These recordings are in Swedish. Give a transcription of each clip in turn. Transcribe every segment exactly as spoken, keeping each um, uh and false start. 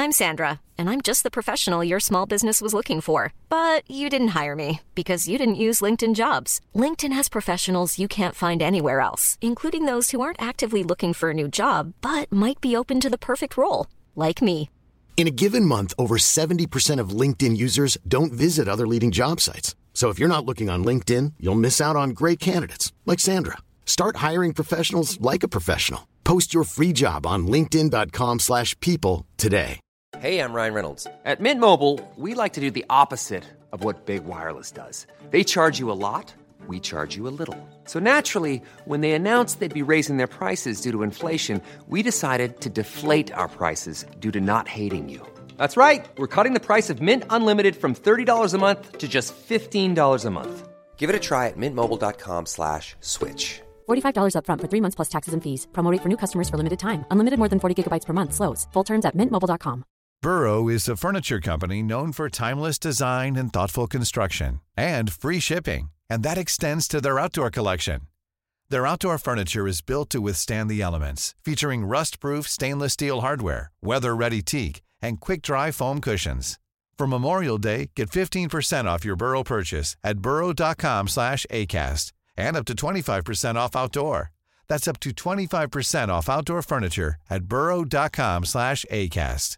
I'm Sandra, and I'm just the professional your small business was looking for. But you didn't hire me because you didn't use LinkedIn Jobs. LinkedIn has professionals you can't find anywhere else, including those who aren't actively looking for a new job, but might be open to the perfect role, like me. In a given month, over seventy percent of LinkedIn users don't visit other leading job sites. So if you're not looking on LinkedIn, you'll miss out on great candidates like Sandra. Start hiring professionals like a professional. Post your free job on linkedin dot com slash people today. Hey, I'm Ryan Reynolds. At Mint Mobile, we like to do the opposite of what Big Wireless does. They charge you a lot, we charge you a little. So naturally, when they announced they'd be raising their prices due to inflation, we decided to deflate our prices due to not hating you. That's right. We're cutting the price of Mint Unlimited from thirty dollars a month to just fifteen dollars a month. Give it a try at mintmobile.com slash switch. forty-five dollars up front for three months plus taxes and fees. Promo rate for new customers for limited time. Unlimited more than forty gigabytes per month. Slows full terms at mint mobile dot com. Burrow is a furniture company known for timeless design and thoughtful construction and free shipping. And that extends to their outdoor collection. Their outdoor furniture is built to withstand the elements, featuring rust-proof stainless steel hardware, weather-ready teak, and quick-dry foam cushions. For Memorial Day, get fifteen percent off your Burrow purchase at burrow.com slash ACAST and up to twenty-five percent off outdoor. That's up to twenty-five percent off outdoor furniture at burrow.com slash ACAST.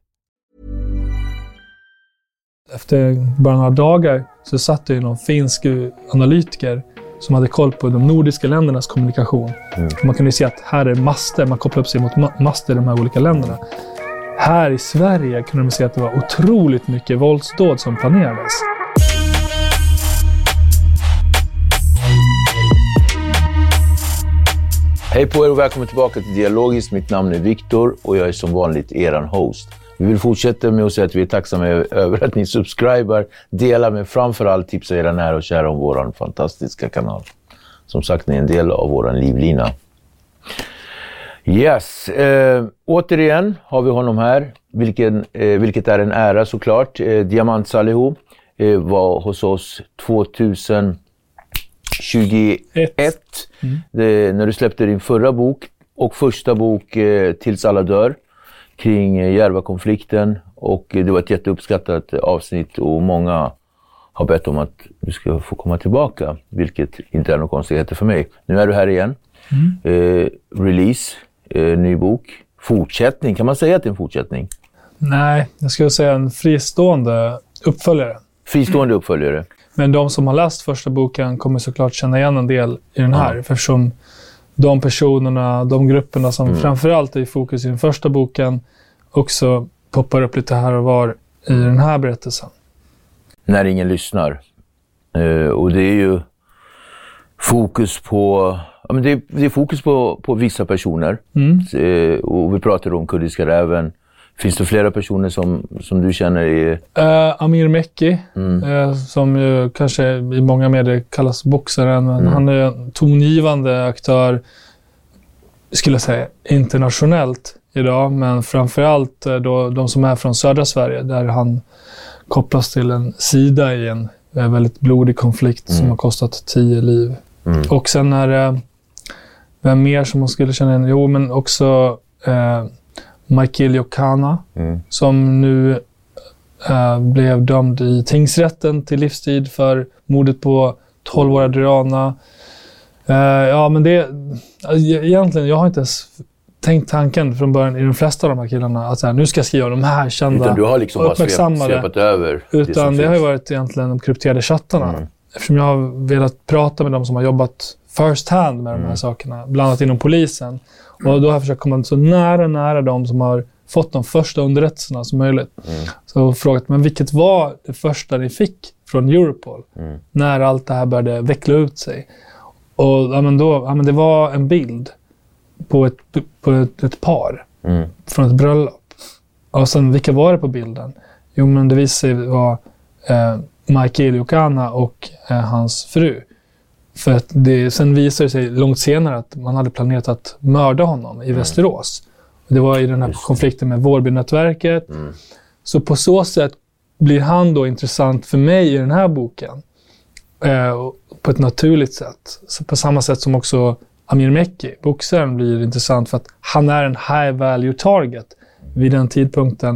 Efter bara några dagar så satt det ju någon finsk analytiker som hade koll på de nordiska ländernas kommunikation. Mm. Man kunde se att här är master, man kopplar upp sig mot ma- master i de här olika länderna. Här i Sverige kunde man se att det var otroligt mycket våldsdåd som planerades. Hej på er och välkommen tillbaka till Dialogiskt. Mitt namn är Viktor och jag är som vanligt eran host. Vi vill fortsätta med att säga att vi är tacksamma över att ni subscriber, delar med framförallt tipsa era nära och kära om våran fantastiska kanal. Som sagt, ni är en del av våran livlina. Yes, eh, återigen har vi honom här, vilken, eh, vilket är en ära såklart. Eh, Diamant Salihu eh, var hos oss tjugohundratjugoett mm. det, när du släppte din förra bok och första bok eh, Tills alla dör kring eh, Järvakonflikten, och eh, det var ett jätteuppskattat avsnitt och många har bett om att du ska få komma tillbaka, vilket inte är någon konstigheter för mig. Nu är du här igen. Mm. Eh, release, eh, ny bok, fortsättning, kan man säga att det är en fortsättning? Nej, jag skulle säga en fristående uppföljare. Fristående uppföljare. Men de som har läst första boken kommer såklart känna igen en del i den här. Mm. Eftersom de personerna, de grupperna som mm. framförallt är i fokus i den första boken också poppar upp lite här och var i den här berättelsen. När ingen lyssnar. Uh, och det är ju fokus på... Ja, men det, är, det är fokus på, på vissa personer. Mm. Uh, och vi pratar om kurdiska räven. Finns det flera personer som, som du känner är... Uh, Amir Mekki, mm. uh, som ju kanske i många medier kallas boxaren. Men mm. han är en tongivande aktör, skulle jag säga, internationellt idag. Men framförallt uh, då, de som är från södra Sverige, där han kopplas till en sida i en uh, väldigt blodig konflikt mm. som har kostat tio liv. Mm. Och sen är det... Uh, vem mer som man skulle känna igen? Jo, men också... Uh, Michael Jokana, mm. som nu äh, blev dömd i tingsrätten till livstid för mordet på tolv-åriga Durana. Äh, ja, men det egentligen, jag har inte ens tänkt tanken från början i de flesta av de här killarna att så här, nu ska jag skriva de här kända. Utan du har liksom bara svepat över. Utan det, det har ju varit egentligen de krypterade chattarna. Mm. Eftersom jag har velat prata med dem som har jobbat first hand med mm. de här sakerna, bland annat inom polisen. Och då har jag försökt komma så nära, nära de som har fått de första underrättelserna som möjligt. Mm. Så jag har frågat, men vilket var det första ni fick från Europol? Mm. När allt det här började veckla ut sig. Och ja, men då, ja, men det var en bild på ett, på ett, ett par mm. från ett bröllop. Och sen, vilka var det på bilden? Jo, men det visade sig vara eh, Michael Jokana och eh, hans fru. För att det, sen visade det sig långt senare att man hade planerat att mörda honom i mm. Västerås. Det var i den här konflikten med Vårbynätverket. Mm. Så på så sätt blir han då intressant för mig i den här boken. Eh, på ett naturligt sätt. Så på samma sätt som också Amir Mekki, boxaren, blir intressant för att han är en high value target vid den tidpunkten.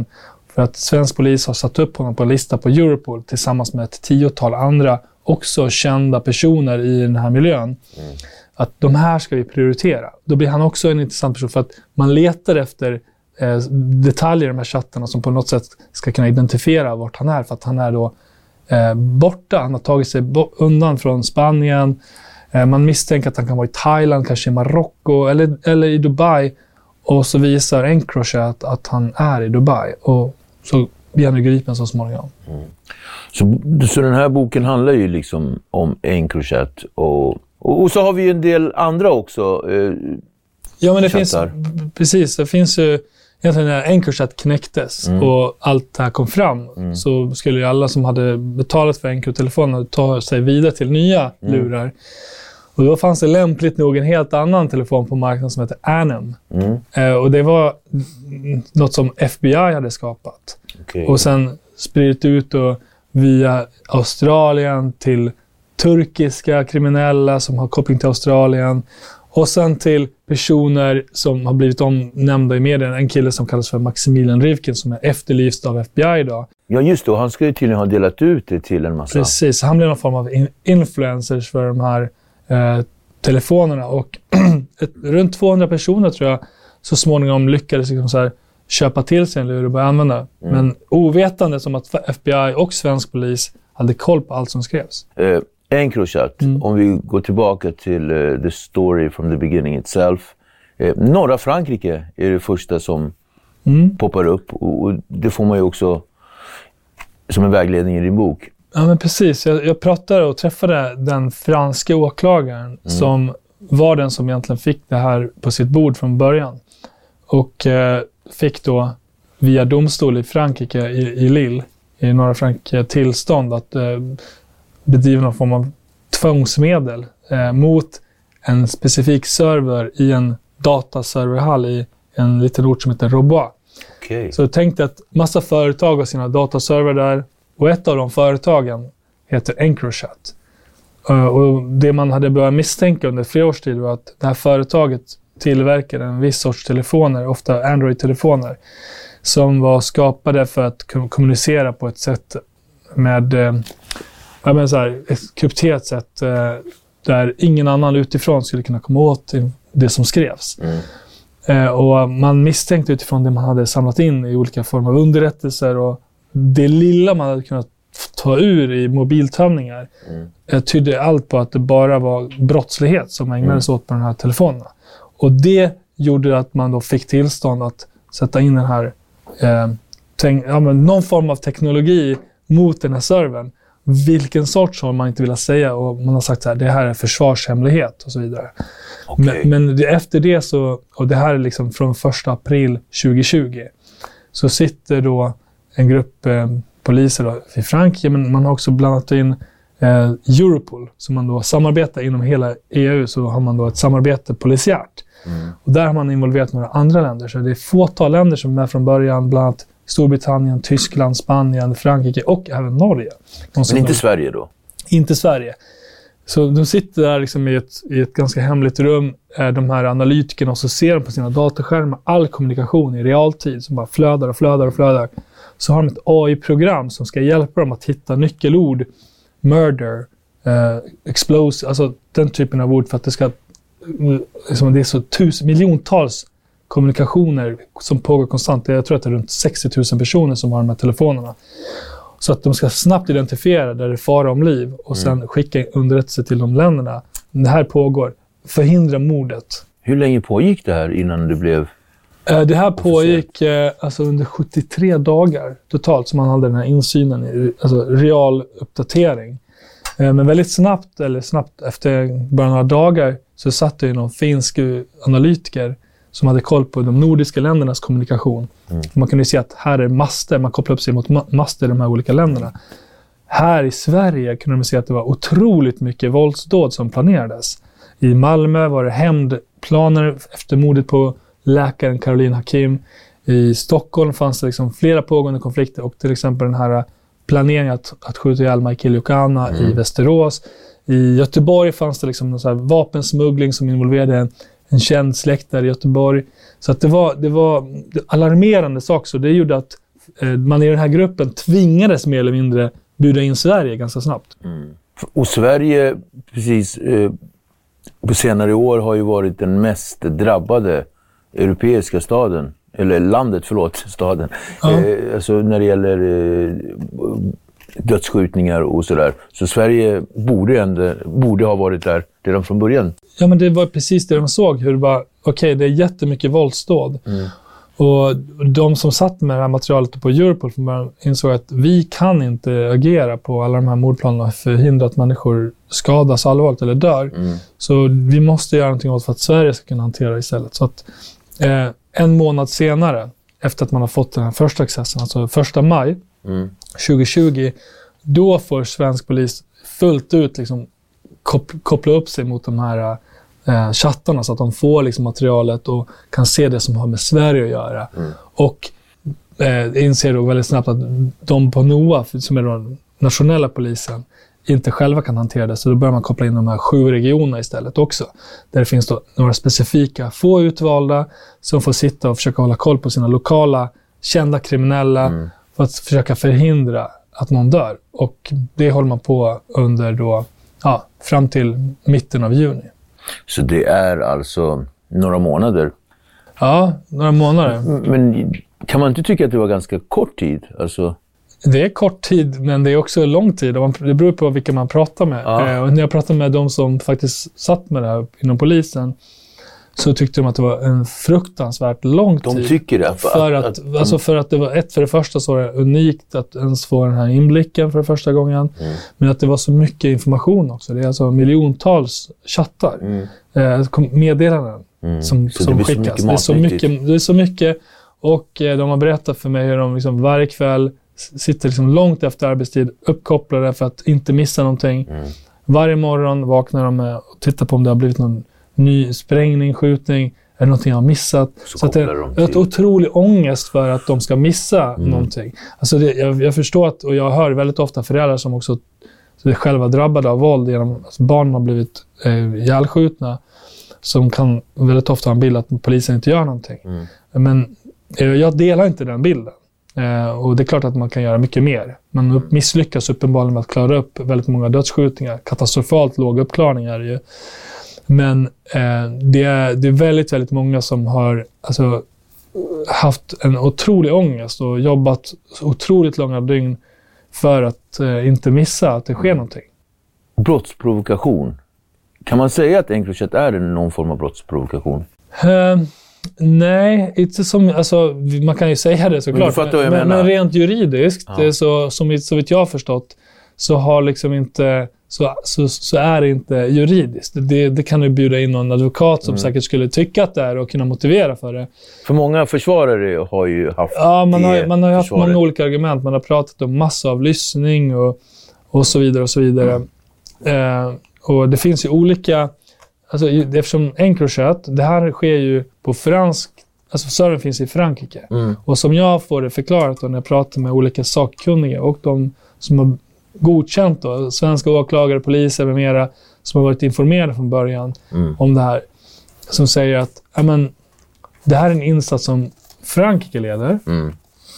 För att svensk polis har satt upp honom på en lista på Europol tillsammans med ett tiotal andra också kända personer i den här miljön. Mm. Att de här ska vi prioritera. Då blir han också en intressant person för att man letar efter eh, detaljer i de här chattarna som på något sätt ska kunna identifiera vart han är. För att han är då eh, borta. Han har tagit sig bo- undan från Spanien. Eh, man misstänker att han kan vara i Thailand, kanske i Marocko eller, eller i Dubai. Och så visar Encrochat att han är i Dubai. Och så blir han gripen så småningom. Mm. Så, så den här boken handlar ju liksom om Encrochat och, och, och så har vi ju en del andra också. Eh, ja, men det chattar. finns, precis, det finns ju egentligen när Encrochat knäcktes mm. och allt det här kom fram mm. så skulle ju alla som hade betalat för Encro-telefonen ta sig vidare till nya mm. lurar. Och då fanns det lämpligt nog en helt annan telefon på marknaden som heter Anem. Mm. Eh, och det var något som F B I hade skapat. Okay. Och sen spridit ut då via Australien till turkiska kriminella som har koppling till Australien. Och sen till personer som har blivit omnämnda i medierna. En kille som kallas för Maximilian Rivkin som är efterlyst av F B I idag. Ja just det, han ska ju tydligen ha delat ut det till en massa. Precis, han blev någon form av in- influencers för de här eh, telefonerna. Och ett, runt tvåhundra personer tror jag så småningom lyckades liksom så här köpa till sig en lur och börja använda. Mm. Men ovetande som att F B I och svensk polis hade koll på allt som skrevs. Uh, Encrochat, mm. om vi går tillbaka till uh, the story from the beginning itself. Uh, norra Frankrike är det första som mm. poppar upp. Och, och det får man ju också som en vägledning i din bok. Ja men precis, jag, jag pratade och träffade den franska åklagaren mm. som var den som egentligen fick det här på sitt bord från början. Och eh, fick då via domstol i Frankrike, i, i Lille, i norra Frankrike, tillstånd att eh, bedriva någon form av tvångsmedel eh, mot en specifik server i en dataserverhall i en liten ort som heter Robois. Okay. Så jag tänkte att massa företag har sina dataserver där och ett av de företagen heter Encrochat. Uh, och det man hade börjat misstänka under flera års tid var att det här företaget tillverkade en viss sorts telefoner, ofta Android-telefoner, som var skapade för att kommunicera på ett sätt med eh, jag menar så här, ett krypterat sätt eh, där ingen annan utifrån skulle kunna komma åt det som skrevs. Mm. Eh, och man misstänkte utifrån det man hade samlat in i olika former av underrättelser och det lilla man hade kunnat ta ur i mobiltömningar mm. eh, tydde allt på att det bara var brottslighet som ägnades mm. åt på de här telefonerna. Och det gjorde att man då fick tillstånd att sätta in den här eh, tänk, ja, men någon form av teknologi mot den här servern. Vilken sorts har man inte velat säga och man har sagt så här, det här är försvarshemlighet och så vidare. Okay. Men, men det, efter det så, och det här är liksom från första april tjugohundratjugo, så sitter då en grupp eh, poliser då i Frankrike, men man har också blandat in eh, Europol, som man då samarbetar inom hela E U, så har man då ett samarbete polisiärt. Mm. Och där har man involverat några andra länder, så det är fåtal länder som är med från början, bland annat Storbritannien, Tyskland, Spanien, Frankrike och även Norge. Men inte Sverige då? Inte Sverige. Så de sitter där liksom i, ett, i ett ganska hemligt rum, de här analytikerna, och så ser de på sina dataskärmar all kommunikation i realtid som bara flödar och flödar och flödar. Så har de ett A I-program som ska hjälpa dem att hitta nyckelord, murder, eh, explosive, alltså den typen av ord, för att det ska, liksom, det är så tusen, miljontals kommunikationer som pågår konstant. Jag tror att det är runt sextio tusen personer som har de här telefonerna. Så att de ska snabbt identifiera där det är fara om liv och sen mm. skicka underrättelse till de länderna. Det här pågår. Förhindra mordet. Hur länge pågick det här innan det blev? Det här pågick eh, alltså under sjuttiotre dagar totalt, som man hade den här insynen i, alltså real uppdatering. Eh, men väldigt snabbt, eller snabbt efter bara några dagar, så satt det ju någon finsk analytiker som hade koll på de nordiska ländernas kommunikation. Mm. Man kunde se att här är master, man kopplar upp sig mot ma- master i de här olika länderna. Här i Sverige kunde man se att det var otroligt mycket våldsdåd som planerades. I Malmö var det hämndplaner efter mordet på läkaren Caroline Hakim. I Stockholm fanns det liksom flera pågående konflikter, och till exempel den här planeringen att, att skjuta ihjäl Michael Jokana mm. i Västerås. I Göteborg fanns det liksom någon så här vapensmuggling som involverade en, en känd släkt där i Göteborg. Så att det var, det var alarmerande saker, så det gjorde att eh, man i den här gruppen tvingades mer eller mindre bjuda in Sverige ganska snabbt. Mm. Och Sverige, precis, eh, på senare år har ju varit den mest drabbade europeiska staden, eller landet, förlåt, staden. Ja. Eh, alltså när det gäller eh, dödsskjutningar och sådär. Så Sverige borde, ändå, borde ha varit där redan från början. Ja, men det var precis det de såg. Hur det var, okej, okay, det är jättemycket våldsdåd. Mm. Och de som satt med det här materialet på Europol insåg att vi kan inte agera på alla de här mordplanerna och förhindra att människor skadas allvarligt eller dör. Mm. Så vi måste göra någonting åt för att Sverige ska kunna hantera det istället. Så att eh, en månad senare, efter att man har fått den här första accessen, alltså första maj mm. tjugohundratjugo, då får svensk polis fullt ut liksom kop- koppla upp sig mot de här eh, chattarna så att de får liksom materialet och kan se det som har med Sverige att göra. Mm. Och eh, inser då väldigt snabbt att de på NOA, som är den nationella polisen, inte själva kan hantera det. Så då börjar man koppla in de här sju regionerna istället också. Där det finns då några specifika få utvalda som får sitta och försöka hålla koll på sina lokala kända kriminella mm. för att försöka förhindra att någon dör. Och det håller man på under då, ja, fram till mitten av juni. Så det är alltså några månader? Ja, några månader. Men kan man inte tycka att det var ganska kort tid? Alltså... Det är kort tid, men det är också lång tid. Det beror på vilka man pratar med. Ja. Och när jag pratade med de som faktiskt satt med det här inom polisen, så tyckte de att det var en fruktansvärt lång tid. De tycker det? För, för att, att, alltså för att det var ett, för det första så var det unikt att ens få den här inblicken för det första gången. Mm. Men att det var så mycket information också. Det är alltså miljontals chattar. Mm. Eh, meddelanden mm. som, som det skickas. Det är, så mycket, det är så mycket. Och eh, de har berättat för mig hur de liksom varje kväll sitter liksom långt efter arbetstid uppkopplade för att inte missa någonting. Mm. Varje morgon vaknar de med och tittar på om det har blivit någon ny sprängning, skjutning, eller någonting jag har missat. Så, så att det är ett otrolig ångest för att de ska missa mm. någonting. Alltså det, jag, jag förstår att, och jag hör väldigt ofta föräldrar som också är själva drabbade av våld genom att alltså barnen har blivit eh, ihjälskjutna, som kan väldigt ofta ha en bild att polisen inte gör någonting. Mm. Men eh, jag delar inte den bilden. Eh, och det är klart att man kan göra mycket mer. Man upp, misslyckas uppenbarligen med att klara upp väldigt många dödsskjutningar. Katastrofalt låga uppklarningar ju. Men eh, det, är, det är väldigt, väldigt många som har alltså, haft en otrolig ångest och jobbat otroligt långa dygn för att eh, inte missa att det sker någonting. Brottsprovokation. Kan man säga att Encrochat är någon form av brottsprovokation? Eh, nej, inte som, alltså, man kan ju säga det såklart. Men, men, men rent juridiskt, ja. det så, som, så vitt jag har förstått, så har liksom inte... Så, så, så är det inte juridiskt. Det, det kan du bjuda in någon advokat som mm. säkert skulle tycka att det är och kunna motivera för det. För många försvarare har ju haft Ja, man har, man har haft försvaret. många olika argument. Man har pratat om massavlyssning och, och så vidare och så vidare. Mm. Eh, och det finns ju olika... Alltså, eftersom Encrochat, det här sker ju på fransk... Alltså servern finns i Frankrike. Mm. Och som jag får det förklarat när jag pratar med olika sakkunniga och de som har godkänt då, svenska åklagare, poliser med mera, som har varit informerade från början mm. om det här, som säger att amen, det här är en insats som Frankrike leder mm.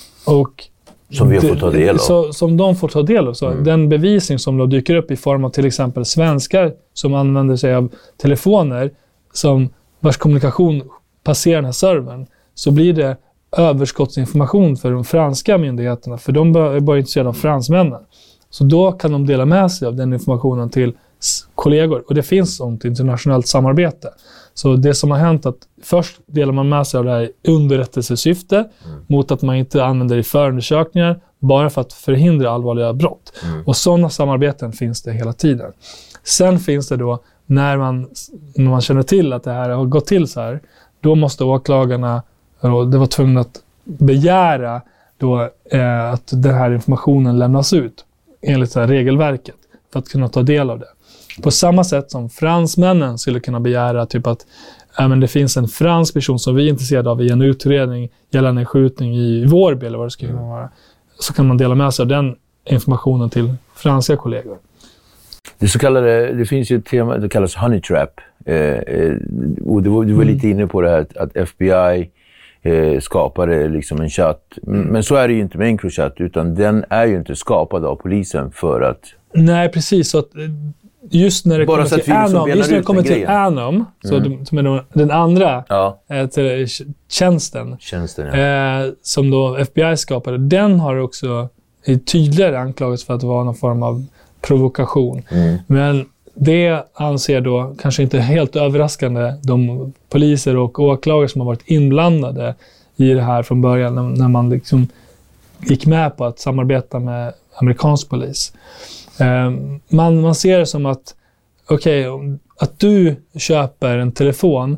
och som vi får ta del av. Så, som de får ta del av. Så mm. den bevisning som då dyker upp i form av till exempel svenskar som använder sig av telefoner som vars kommunikation passerar den här servern, så blir det överskottsinformation för de franska myndigheterna, för de är bara intresserade av fransmännen. Så då kan de dela med sig av den informationen till kollegor. Och det finns sånt internationellt samarbete. Så det som har hänt är att först delar man med sig av det här underrättelsesyfte mm. mot att man inte använder det i förundersökningar bara för att förhindra allvarliga brott. Mm. Och sådana samarbeten finns det hela tiden. Sen finns det då, när man, när man känner till att det här har gått till så här, då måste åklagarna, och det var tvungna att begära då, eh, att den här informationen lämnas ut enligt så här regelverket för att kunna ta del av det. På samma sätt som fransmännen skulle kunna begära typ att äh, men det finns en fransk person som vi är intresserade av i en utredning gällande en skjutning i Vårby eller vad det skulle kunna vara, så kan man dela med sig av den informationen till franska kollegor. Det så kallade, det finns ju ett tema, det kallas honey trap. Eh, och du var, du var lite inne på det här att F B I eh, skapade liksom en chatt. Mm. Men så är det ju inte med Encrochat, utan den är ju inte skapad av polisen för att... Nej, precis. Så att just när det Bara kommer till Anom, just när det kommer till Anom, så mm. som är den andra ja. eh, till tjänsten, tjänsten ja. eh, som då F B I skapade, den har också tydligare anklagats för att vara någon form av provokation. Mm. Men det anser då, kanske inte helt överraskande, de poliser och åklagare som har varit inblandade i det här från början, när, när man liksom gick med på att samarbeta med amerikansk polis. Eh, man, man ser det som att okej, okay, att du köper en telefon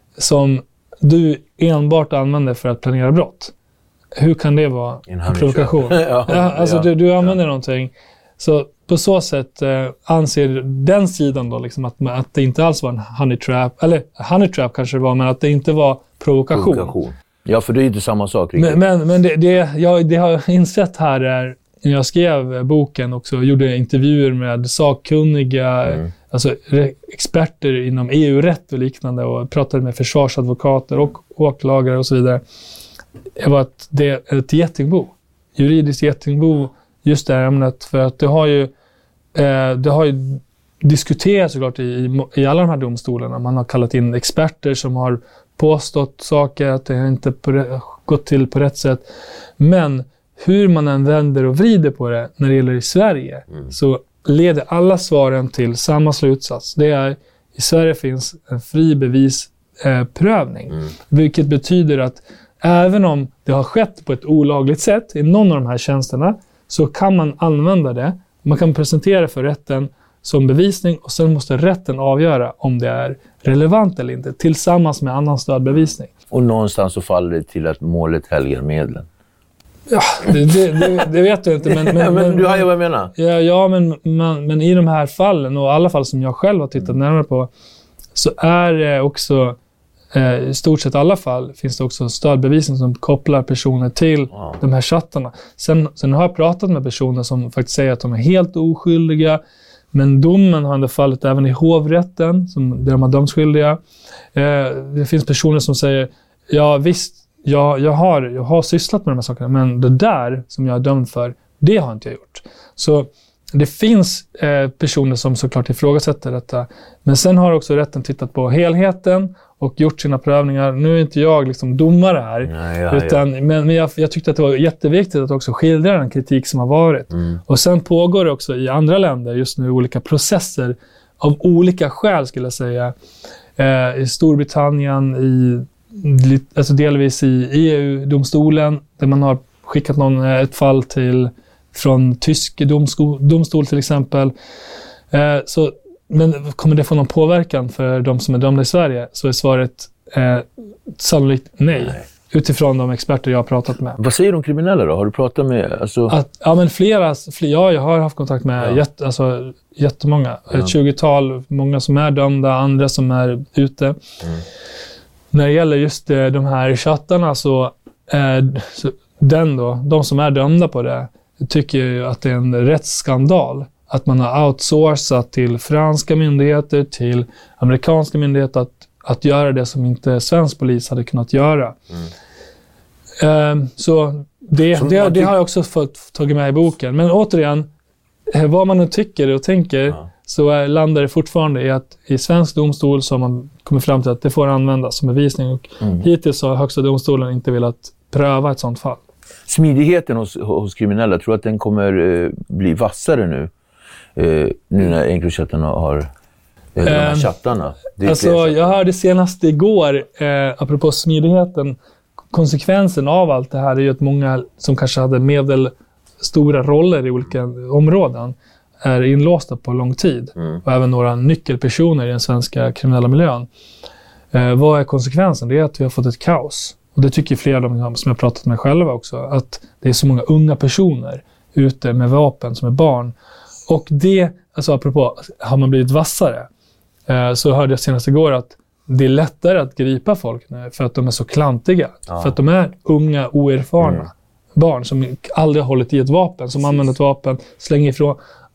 som du enbart använder för att planera brott. Hur kan det vara en provokation? ja, ja, alltså ja, du, du använder ja. någonting. Så på så sätt eh, anser den sidan då liksom att, att det inte alls var en honey trap. Eller honey trap kanske det var, men att det inte var provokation. provokation. Ja, för det är ju inte samma sak. Riktigt. Men, men, men det, det, jag, det har jag insett här är, när jag skrev boken också, gjorde intervjuer med sakkunniga, mm. alltså experter inom E U-rätt och liknande, och pratade med försvarsadvokater och åklagare och så vidare. Det var att det är ett getingbo, juridiskt getingbo, just det här ämnet, för att det har ju, eh, det har ju diskuterats såklart i, i alla de här domstolarna. Man har kallat in experter som har påstått saker, att det inte på, gått till på rätt sätt. Men hur man än vänder och vrider på det när det gäller i Sverige, mm. så leder alla svaren till samma slutsats. Det är, i Sverige finns en fri bevisprövning, eh, mm. vilket betyder att även om det har skett på ett olagligt sätt i någon av de här tjänsterna, så kan man använda det. Man kan presentera det för rätten som bevisning, och sen måste rätten avgöra om det är relevant eller inte, tillsammans med annan stödbevisning. Och någonstans så faller det till att målet helgar medlen. Ja, det, det, det, det vet jag inte. Men, men, men, men du har ju vad jag menar. Ja, ja men, men, men i de här fallen, och i alla fall som jag själv har tittat närmare på, så är det också, eh, i stort sett alla fall, finns det också stödbevisning som kopplar personer till wow. de här chattarna. Sen, sen har jag pratat med personer som faktiskt säger att de är helt oskyldiga, men domen har ändå fallit även i hovrätten, som, där de har dömts skyldiga. Eh, det finns personer som säger, ja visst, jag, jag, har, jag har sysslat med de här sakerna, men det där som jag är dömd för, det har inte jag gjort. Så det finns eh, personer som såklart ifrågasätter detta. Men sen har också rätten tittat på helheten och gjort sina prövningar. Nu är inte jag liksom domare här. Ja, ja, utan, ja. Men, men jag, jag tyckte att det var jätteviktigt att också skildra den kritik som har varit. Mm. Och sen pågår det också i andra länder just nu olika processer av olika skäl, skulle jag säga. Eh, I Storbritannien, i, alltså delvis i E U-domstolen, där man har skickat någon, ett fall till från tysk domstol, domstol till exempel. Eh, så, men kommer det få någon påverkan för de som är dömda i Sverige, så är svaret eh, sannolikt nej, nej. Utifrån de experter jag har pratat med. Vad säger de kriminella då? Har du pratat med? Alltså... Att, ja, men flera, flera, ja, jag har haft kontakt med ja. jätt, alltså, jättemånga. Ja. Ett tjugotal, många som är dömda, andra som är ute. Mm. När det gäller just eh, de här chattarna, så, eh, så den då, de som är dömda på det, tycker ju att det är en rättsskandal att man har outsourcat till franska myndigheter, till amerikanska myndigheter att, att göra det som inte svensk polis hade kunnat göra. Mm. Um, så det, så det, det har jag också fått tagit med i boken. Men återigen, vad man nu tycker och tänker, ja. så är, landar det fortfarande i att i svensk domstol så har man kommit fram till att det får användas som bevisning. Och mm. hittills har högsta domstolen inte velat pröva ett sådant fall. Smidigheten hos, hos kriminella, tror att den kommer eh, bli vassare nu? Eh, nu när Encrochattarna har eh, de här um, chattarna. Alltså, jag hörde senast igår, eh, apropå smidigheten, konsekvensen av allt det här är ju att många som kanske hade medelstora roller i olika områden är inlåsta på lång tid. Mm. Och även några nyckelpersoner i den svenska kriminella miljön. Eh, vad är konsekvensen? Det är att vi har fått ett kaos. Och det tycker flera av dem som jag pratat med själva också, att det är så många unga personer ute med vapen som är barn. Och det, alltså apropå, har man blivit vassare, eh, så hörde jag senast igår att det är lättare att gripa folk nu för att de är så klantiga. Ja. För att de är unga, oerfarna mm. barn som aldrig har hållit i ett vapen, som Precis. använder ett vapen, slänger ifrån.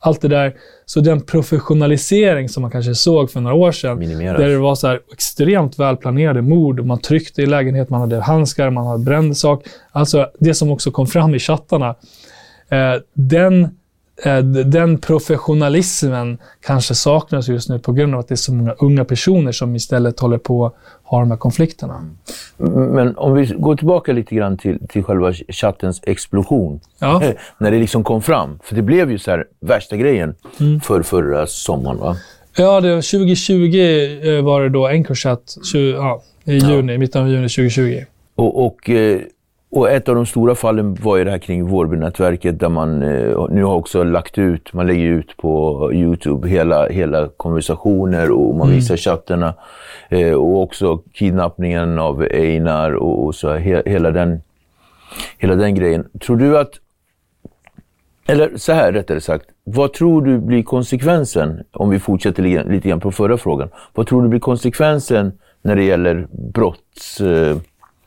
allt det där. Så den professionalisering som man kanske såg för några år sedan, minimeras. Där det var så här extremt välplanerade mord, man tryckte i lägenhet, man hade handskar, man hade brännsak. Alltså det som också kom fram i chattarna. Eh, den, eh, den professionalismen kanske saknas just nu på grund av att det är så många unga personer som istället håller på att ha de här konflikterna. Men om vi går tillbaka lite grann till, till själva chattens explosion. Ja. När det liksom kom fram. För det blev ju så här värsta grejen mm. för förra sommaren, va? Ja, det var tjugo tjugo var det då Encrochat ja, i juni, ja. mitten av juni tjugo tjugo. Och, och, och ett av de stora fallen var ju det här kring Vårbynätverket där man nu har också lagt ut, man lägger ut på YouTube hela, hela konversationer och man visar mm. chatterna. Och också kidnappningen av Einar och, och så he, hela, den, hela den grejen. Tror du att, eller så här rättare sagt, vad tror du blir konsekvensen, om vi fortsätter lite, lite grann på förra frågan, vad tror du blir konsekvensen när det gäller brotts, eh,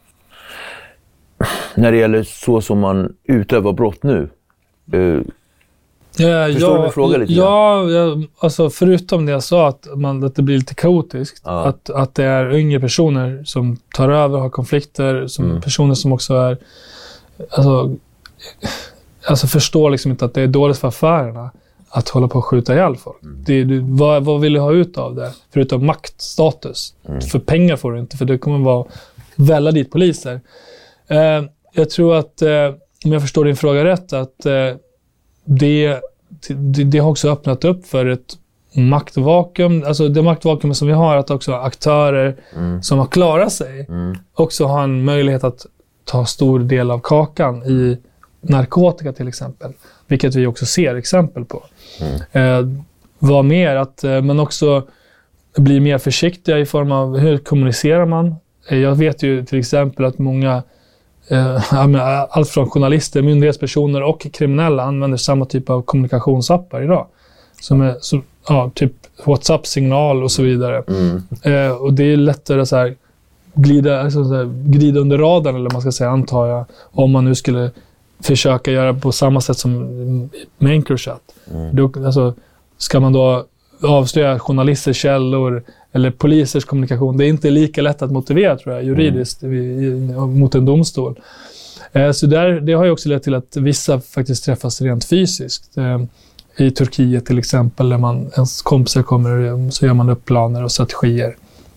när det gäller så som man utövar brott nu? Eh, Ja, Förstår ja, du min fråga lite ja, ja, alltså förutom det jag sa att, man, att det blir lite kaotiskt. Ja. Att, att det är yngre personer som tar över och har konflikter. Som Mm. personer som också är... Alltså, alltså förstår liksom inte att det är dåligt för affärerna att hålla på och skjuta ihjäl folk. Mm. Det, du, vad, vad vill du ha ut av det? Förutom makt, status. Mm. För pengar får du inte, för det kommer vara välla dit poliser. Eh, jag tror att, eh, om jag förstår din fråga rätt, att eh, det, det, det har också öppnat upp för ett maktvakuum. Alltså det maktvakuum som vi har, att också aktörer mm. som har klarat sig mm. också har en möjlighet att ta stor del av kakan i narkotika till exempel. Vilket vi också ser exempel på. Mm. Eh, vad mer? Att eh, man också blir mer försiktiga i form av hur kommunicerar man. Eh, jag vet ju till exempel att många eh, allt från journalister, myndighetspersoner och kriminella använder samma typ av kommunikationsappar idag. Som är så, ja, typ WhatsApp-signal och så vidare. Mm. Eh, och det är lättare så här glida, alltså så här, glida under radarn, eller man ska säga, antar jag, om man nu skulle försöka göra på samma sätt som med Encrochat. Mm. Då, alltså, ska man då avslöja journalisters källor eller polisers kommunikation, det är inte lika lätt att motivera, tror jag, juridiskt mm. i, i, mot en domstol. Eh, så där, det har ju också lett till att vissa faktiskt träffas rent fysiskt. Eh, I Turkiet till exempel, där man, ens kompisar kommer, så gör man upp planer och strategier.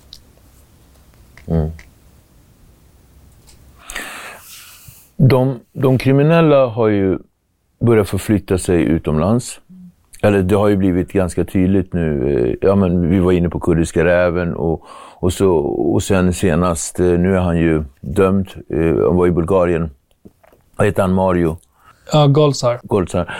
Mm. De, de kriminella har ju börjat förflytta sig utomlands. Eller det har ju blivit ganska tydligt nu. Ja, men vi var inne på Kurdiska räven och, och, så, och sen senast, nu är han ju dömd. Han var i Bulgarien. Vad heter han? Mario? Ja, Golzar. Golzar.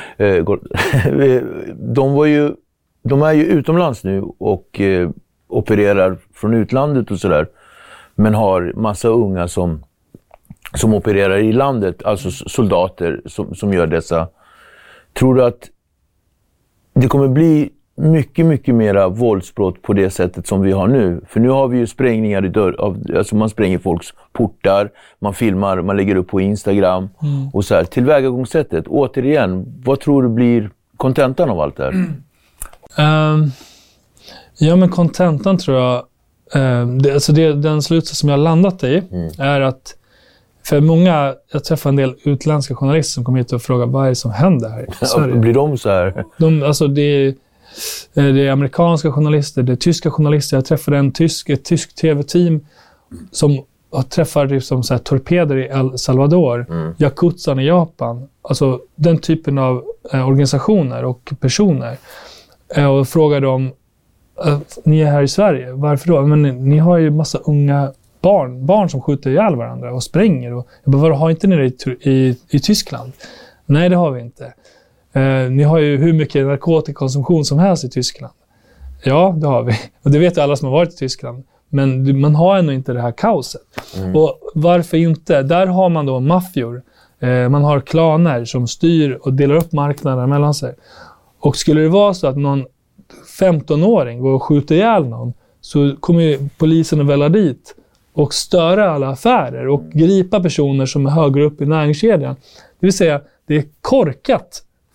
De, var ju, de är ju utomlands nu och eh, opererar från utlandet och sådär. Men har massa unga som, som opererar i landet, alltså soldater som, som gör dessa. Tror du att det kommer bli mycket, mycket mera våldsbrott på det sättet som vi har nu? För nu har vi ju sprängningar i dörr, av, alltså man spränger folks portar, man filmar, man lägger upp på Instagram mm. och så här. Tillvägagångssättet, återigen, vad tror du blir kontentan av allt det här? Mm. Um, ja, men kontentan tror jag, um, det, alltså det, den slutsats som jag har landat i mm. är att för många, jag träffar en del utländska journalister som kommer hit och frågar vad är det som händer här i Sverige? Blir de så här? De, alltså det är, det är amerikanska journalister, det är tyska journalister. Jag träffade en tysk, ett tyskt tv-team som träffar liksom så här torpeder i El Salvador, mm. Yakutsan i Japan. Alltså den typen av eh, organisationer och personer. Eh, och frågar dem, eh, ni är här i Sverige, varför då? Men ni, ni har ju massa unga barn, barn som skjuter ihjäl varandra och spränger. Och, jag bara, vad har inte ni det i, i, i Tyskland? Nej, det har vi inte. Eh, ni har ju hur mycket narkotikakonsumtion som helst i Tyskland. Ja, det har vi. Och det vet ju alla som har varit i Tyskland. Men man har ändå inte det här kaoset. Mm. Och varför inte? Där har man då maffior. Eh, man har klaner som styr och delar upp marknaden mellan sig. Och skulle det vara så att någon femtonåring går och skjuter ihjäl någon, så kommer ju polisen att välla dit och störa alla affärer och gripa personer som är högre upp i näringskedjan. Det vill säga, det är korkat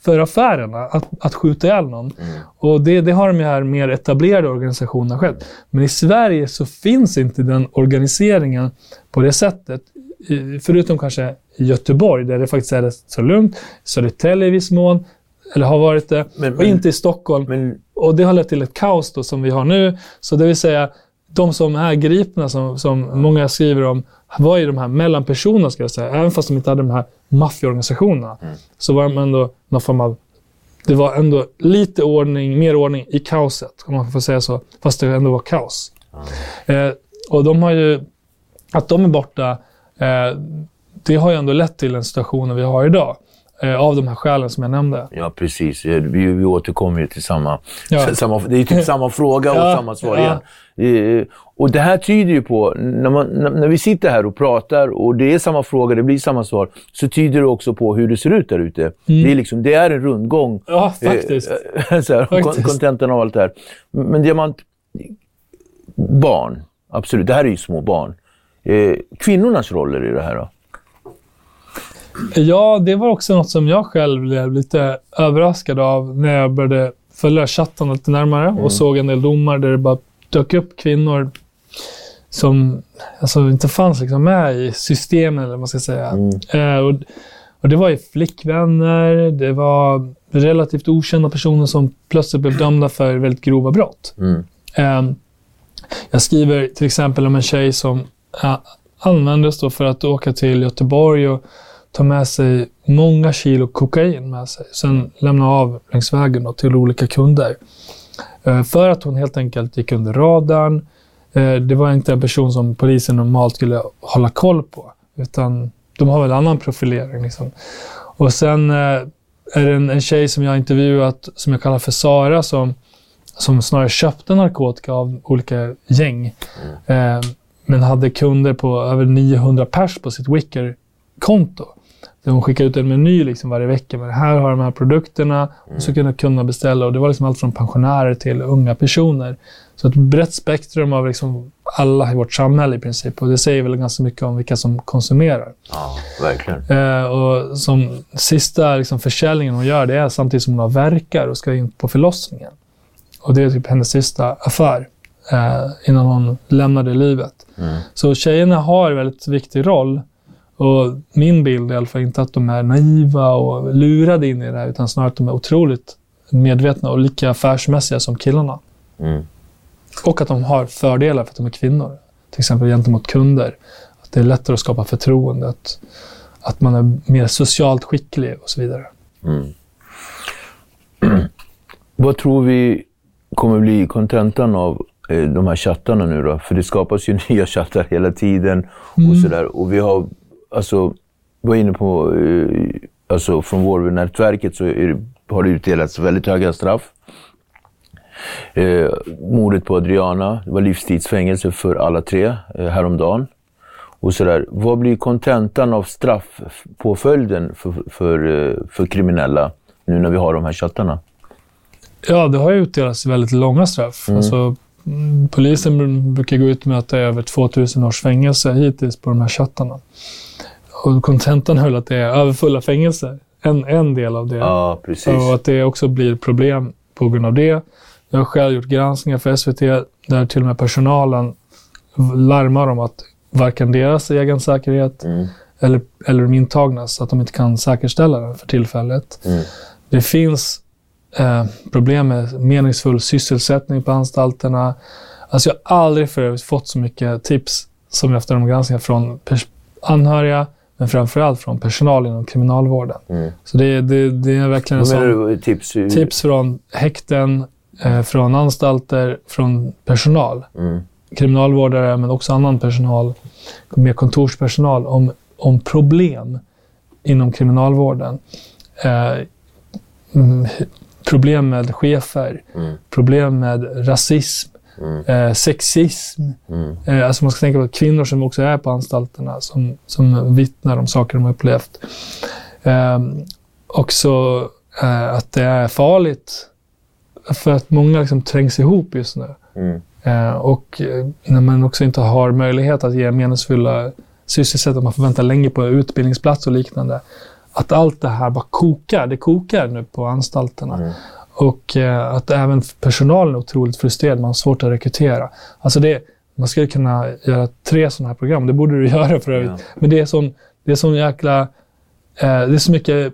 för affärerna att, att skjuta ihjäl någon. Mm. Och det, det har de här mer etablerade organisationerna skett. Men i Sverige så finns inte den organiseringen på det sättet. Förutom kanske i Göteborg där det faktiskt är så lugnt. Södertälje i viss mån. Eller har varit det. Men, och men, inte i Stockholm. Men, och det har lett till ett kaos då, som vi har nu. Så det vill säga, de som är gripna, som, som många skriver om, var ju de här mellanpersonerna, ska jag säga. Även fast de inte hade de här maffiaorganisationerna. Mm. Så var de ändå någon form av... Det var ändå lite ordning, mer ordning i kaoset, om man får säga så. Fast det ändå var kaos. Mm. Eh, och de har ju... Att de är borta, eh, det har ju ändå lett till den situationen vi har idag. Av de här skälen som jag nämnde. Ja, precis. Vi, vi återkommer ju till samma... Ja. samma det är ju typ samma fråga och ja, samma svar ja. igen. Och det här tyder ju på, när, man, när vi sitter här och pratar och det är samma fråga, det blir samma svar, så tyder det också på hur det ser ut där ute. Mm. Det, är liksom, det är en rundgång. Ja, faktiskt. så här, faktiskt. Kontentan av allt det här. Men diamant... Barn, absolut. Det här är ju små barn. Eh, kvinnornas roller i det här då? Ja, det var också något som jag själv blev lite överraskad av när jag började följa chatten lite närmare mm. och såg en del domar där det bara dök upp kvinnor som alltså, inte fanns liksom med i systemen, eller vad man ska säga. Mm. Eh, och, och det var ju flickvänner, det var relativt okända personer som plötsligt blev dömda för väldigt grova brott. Mm. Eh, jag skriver till exempel om en tjej som eh, användes då för att åka till Göteborg och ta med sig många kilo kokain med sig. Sen lämna av längs vägen då, till olika kunder. Eh, för att hon helt enkelt gick under radarn. Eh, det var inte en person som polisen normalt skulle hålla koll på. Utan de har väl annan profilering. Liksom. Och sen eh, är det en, en tjej som jag har intervjuat som jag kallar för Sara som, som snarare köpte narkotika av olika gäng. Mm. Eh, men hade kunder på över niohundra pers på sitt Wicker-konto. Där hon skickade ut en meny liksom varje vecka. Men här har de här produkterna. Mm. Och så kunde kunna beställa. Och det var liksom allt från pensionärer till unga personer. Så ett brett spektrum av liksom alla i vårt samhälle i princip. Och det säger väl ganska mycket om vilka som konsumerar. Ja, verkligen. Eh, och som sista liksom försäljningen hon gör, det är samtidigt som hon verkar och ska in på förlossningen. Och det är typ hennes sista affär. Eh, innan hon lämnade livet. Mm. Så tjejerna har en väldigt viktig roll. Och min bild är i alla fall inte att de är naiva och lurade in i det här, utan snarare att de är otroligt medvetna och lika affärsmässiga som killarna. Mm. Och att de har fördelar för att de är kvinnor. Till exempel gentemot kunder. Att det är lättare att skapa förtroende. Att, att man är mer socialt skicklig och så vidare. Mm. Vad tror vi kommer bli kontentan av de här chattarna nu då? För det skapas ju nya chattar hela tiden och mm. sådär. Och vi har, alltså, var inne på, alltså från vår-nätverket så är det, har det utdelats väldigt höga straff. Eh, mordet på Adriana, det var livstidsfängelse för alla tre eh, häromdagen. Och sådär. Vad blir kontentan av straffpåföljden för, för, för kriminella nu när vi har de här chattarna? Ja, det har ju utdelats väldigt långa straff. Mm. Alltså, polisen brukar gå ut med att det är över tvåtusen års fängelse hittills på de här chattarna. Och kontentan höll att det är överfulla fängelser. En, en del av det. Ja, precis. Och att det också blir problem på grund av det. Jag har själv gjort granskningar för S V T där till och med personalen larmar om att varken deras egen säkerhet mm. eller, eller de intagnas, att de inte kan säkerställa den för tillfället. Mm. Det finns eh, problem med meningsfull sysselsättning på anstalterna. Alltså jag har aldrig förut fått så mycket tips som efter de granskningarna från pers- anhöriga, men framförallt från personal inom kriminalvården. Mm. Så det, det, det är verkligen en sån tips, tips från häkten, eh, från anstalter, från personal. Mm. Kriminalvårdare, men också annan personal, med kontorspersonal, om, om problem inom kriminalvården. Eh, problem med chefer, mm. problem med rasism, mm. eh, sexism. Mm. Eh, alltså man ska tänka på kvinnor som också är på anstalterna som, som vittnar om saker de har upplevt. Eh, också eh, att det är farligt för att många liksom trängs ihop just nu. Mm. Eh, och när man också inte har möjlighet att ge meningsfulla sysselsättning, man får vänta länge på utbildningsplats och liknande. att allt det här bara kokar. Det kokar nu på anstalterna. Mm. Och eh, att även personalen är otroligt frustrerad. Man har svårt att rekrytera. Alltså det, man skulle kunna göra tre sådana här program. Det borde du göra för övrigt. Ja. Men det är sån, det är sån jäkla... Eh, det är så mycket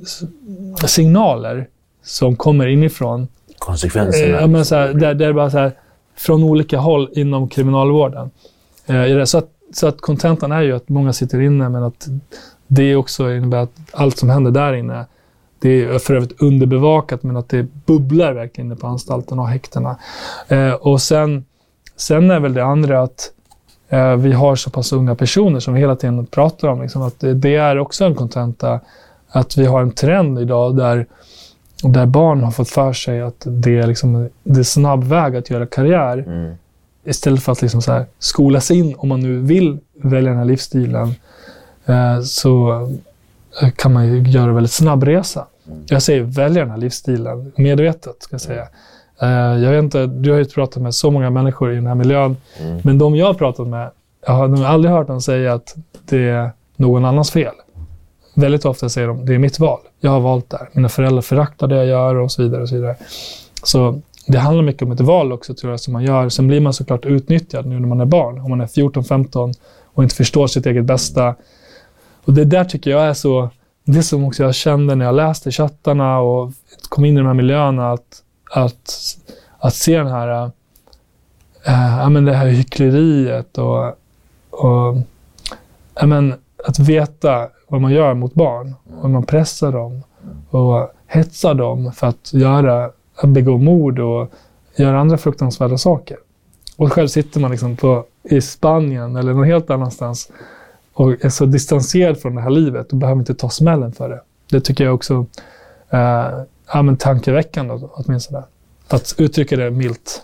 signaler som kommer inifrån. Konsekvenserna. Eh, men så här, där, där är bara så här, från olika håll inom kriminalvården. Eh, så att, så att kontentan är ju att många sitter inne, men att det också innebär att allt som händer där inne, det är för övrigt underbevakat, men att det bubblar verkligen inne på anstalten och häktena. Eh, och sen, sen är väl det andra att eh, vi har så pass unga personer som vi hela tiden pratar om. Liksom, att det, det är också en kontenta att vi har en trend idag där, där barn har fått för sig att det är, liksom, det är snabb väg att göra karriär. Mm. Istället för att liksom så här, skolas in, om man nu vill välja den här livsstilen, eh, så kan man ju göra en väldigt snabb resa. Mm. Jag säger välja den här livsstilen medvetet, ska jag säga. Eh, jag vet inte, du har ju pratat med så många människor i den här miljön, mm. men de jag har pratat med, jag har nog aldrig hört dem säga att det är någon annans fel. Väldigt ofta säger de, det är mitt val. Jag har valt där. Mina föräldrar föraktar det jag gör och så vidare och så vidare. Så det handlar mycket om ett val också, tror jag, som man gör. Sen blir man såklart utnyttjad nu när man är barn. Om man är fjorton femton och inte förstår sitt eget bästa. Och det där tycker jag är så... Det som också jag kände när jag läste chattarna och kom in i de här miljöerna. Att, att, att se den här... Äh, ja, men det här hyckleriet och... och ja, men att veta vad man gör mot barn. Och man pressar dem. Och hetsar dem för att göra... att begå mord och göra andra fruktansvärda saker. Och själv sitter man liksom på, i Spanien eller någon helt annanstans och är så distanserad från det här livet och behöver inte ta smällen för det. Det tycker jag också eh, ja, men tankeväckande åtminstone. För att uttrycka det milt.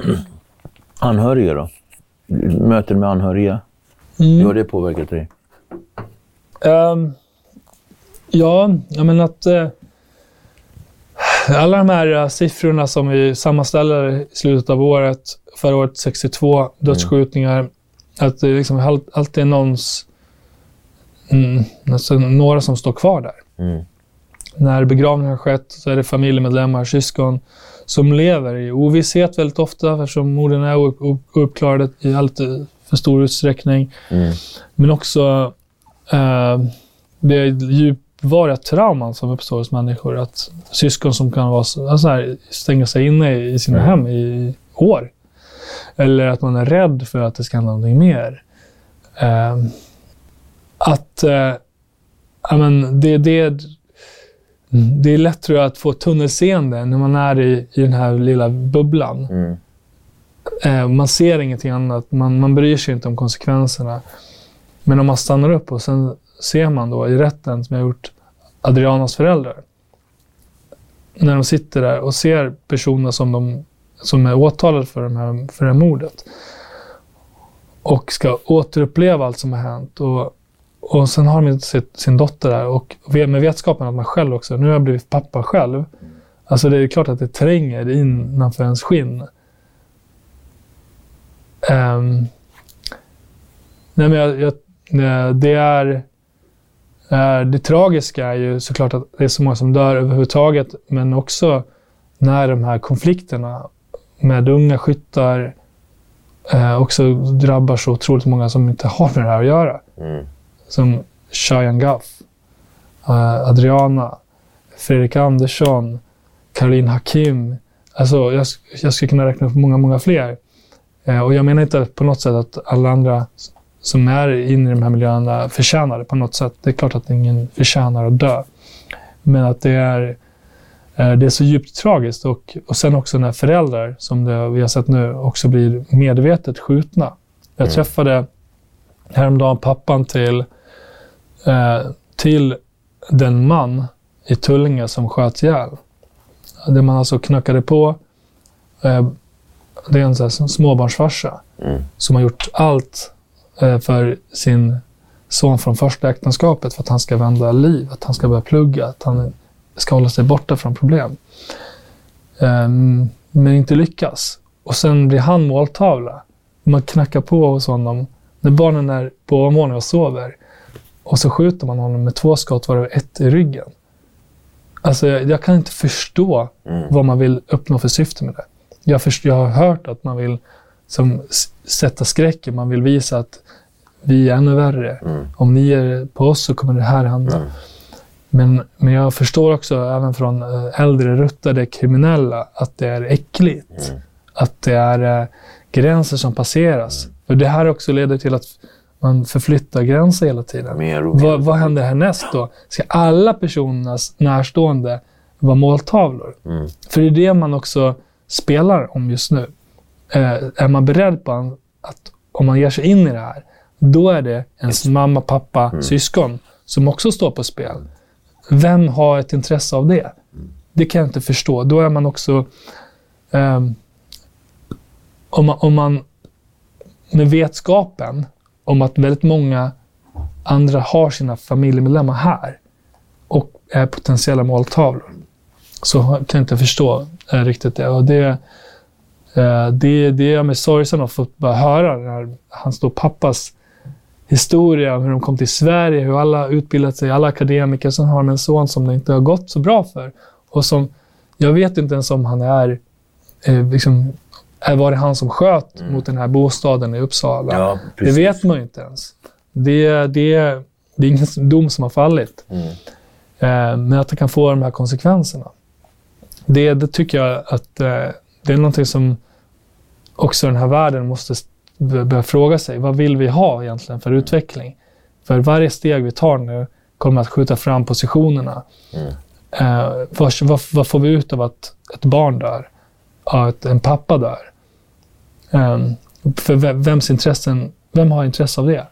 Anhöriga då? Möten med anhöriga? Mm. Hur har det påverkat dig? Um, ja, jag menar att eh, alla de här siffrorna som vi sammanställer i slutet av året, förra året sextiotvå dödsskjutningar, mm. att det liksom alltid är någons, mm, alltså några som står kvar där. Mm. När begravningen har skett så är det familjemedlemmar, syskon som lever i ovisshet väldigt ofta, eftersom morden är ouppklarade i allt för stor utsträckning. Mm. Men också eh, det är djupt variga trauman som uppstår hos människor. Att syskon som kan vara så, alltså här, stänga sig inne i sina mm. hem i år. Eller att man är rädd för att det ska hända någonting mer. Eh, att eh, ja, men det, det, det är lätt, tror jag, att få tunnelseende när man är i, i den här lilla bubblan. Mm. Eh, man ser ingenting annat. Man, man bryr sig inte om konsekvenserna. Men om man stannar upp och sen ser man då i rätten som jag har gjort Adrianas föräldrar. När de sitter där och ser personer som, de, som är åtalade för, de här, för det här mordet. Och ska återuppleva allt som har hänt. Och, och sen har de sitt, sin dotter där. Och med vetskapen att man själv också, nu har jag blivit pappa själv. Alltså det är klart att det tränger innanför ens skinn. Um, nej men jag, jag, det är... Det tragiska är ju såklart att det är så många som dör överhuvudtaget, men också när de här konflikterna med unga skyttar eh, också drabbar så otroligt många som inte har med det här att göra. Mm. Som Shayan Gaff, eh, Adriana, Fredrik Andersson, Caroline Hakim. Alltså jag, jag skulle kunna räkna upp många, många fler. Eh, och jag menar inte på något sätt att alla andra som är inne i de här miljöerna förtjänar det på något sätt. Det är klart att ingen förtjänar att dö. Men att det är, det är så djupt tragiskt. Och, och sen också när föräldrar, som det vi har sett nu, också blir medvetet skjutna. Jag mm. träffade häromdagen pappan till, eh, till den man i Tullinge som sköts ihjäl. Där man alltså knackade på. Eh, det är en sån här småbarnsfarsa mm. som har gjort allt för sin son från första äktenskapet för att han ska vända liv, att han ska börja plugga, att han ska hålla sig borta från problem. Um, men inte lyckas. Och sen blir han måltavla. Man knackar på hos honom när barnen är på ovanvåningen och sover. och så skjuter man honom med två skott varav ett i ryggen. Alltså jag, jag kan inte förstå mm. vad man vill uppnå för syfte med det. Jag, först, jag har hört att man vill som, s- sätta skräcken, man vill visa att vi är ännu värre. Mm. Om ni är på oss så kommer det här hända. Mm. Men, men jag förstår också även från äldre ruttade kriminella att det är äckligt. Mm. Att det är äh, gränser som passeras. Mm. För det här också leder till att man förflyttar gränser hela tiden. Mer och mer. Vad, vad händer härnäst då? Ska alla personernas närstående vara måltavlor? Mm. För det är det man också spelar om just nu. Eh, är man beredd på att om man ger sig in i det här, då är det ens mamma, pappa, mm. syskon som också står på spel. Vem har ett intresse av det? Det kan jag inte förstå. Då är man också... Eh, om, man, om man med vetskapen om att väldigt många andra har sina familjemedlemmar här och är potentiella måltavlor, så kan jag inte förstå eh, riktigt det. Och det, eh, det, det är med sorgsen att få bara höra när hans då pappas historia om hur de kom till Sverige, hur alla utbildat sig, alla akademiker, som har en son som det inte har gått så bra för. Och som, jag vet inte ens om han är, eh, liksom, är var det han som sköt mm. mot den här bostaden i Uppsala. Ja, det vet man ju inte ens. Det, det, det är ingen dom som har fallit. Mm. Eh, men att det kan få de här konsekvenserna. Det, det tycker jag att eh, det är någonting som också den här världen måste börja fråga sig. Vad vill vi ha egentligen för utveckling? För varje steg vi tar nu kommer att skjuta fram positionerna. Mm. Eh, vad, vad, vad får vi ut av att ett barn dör? Att en pappa dör? Eh, för vems intressen, vem har intresse av det?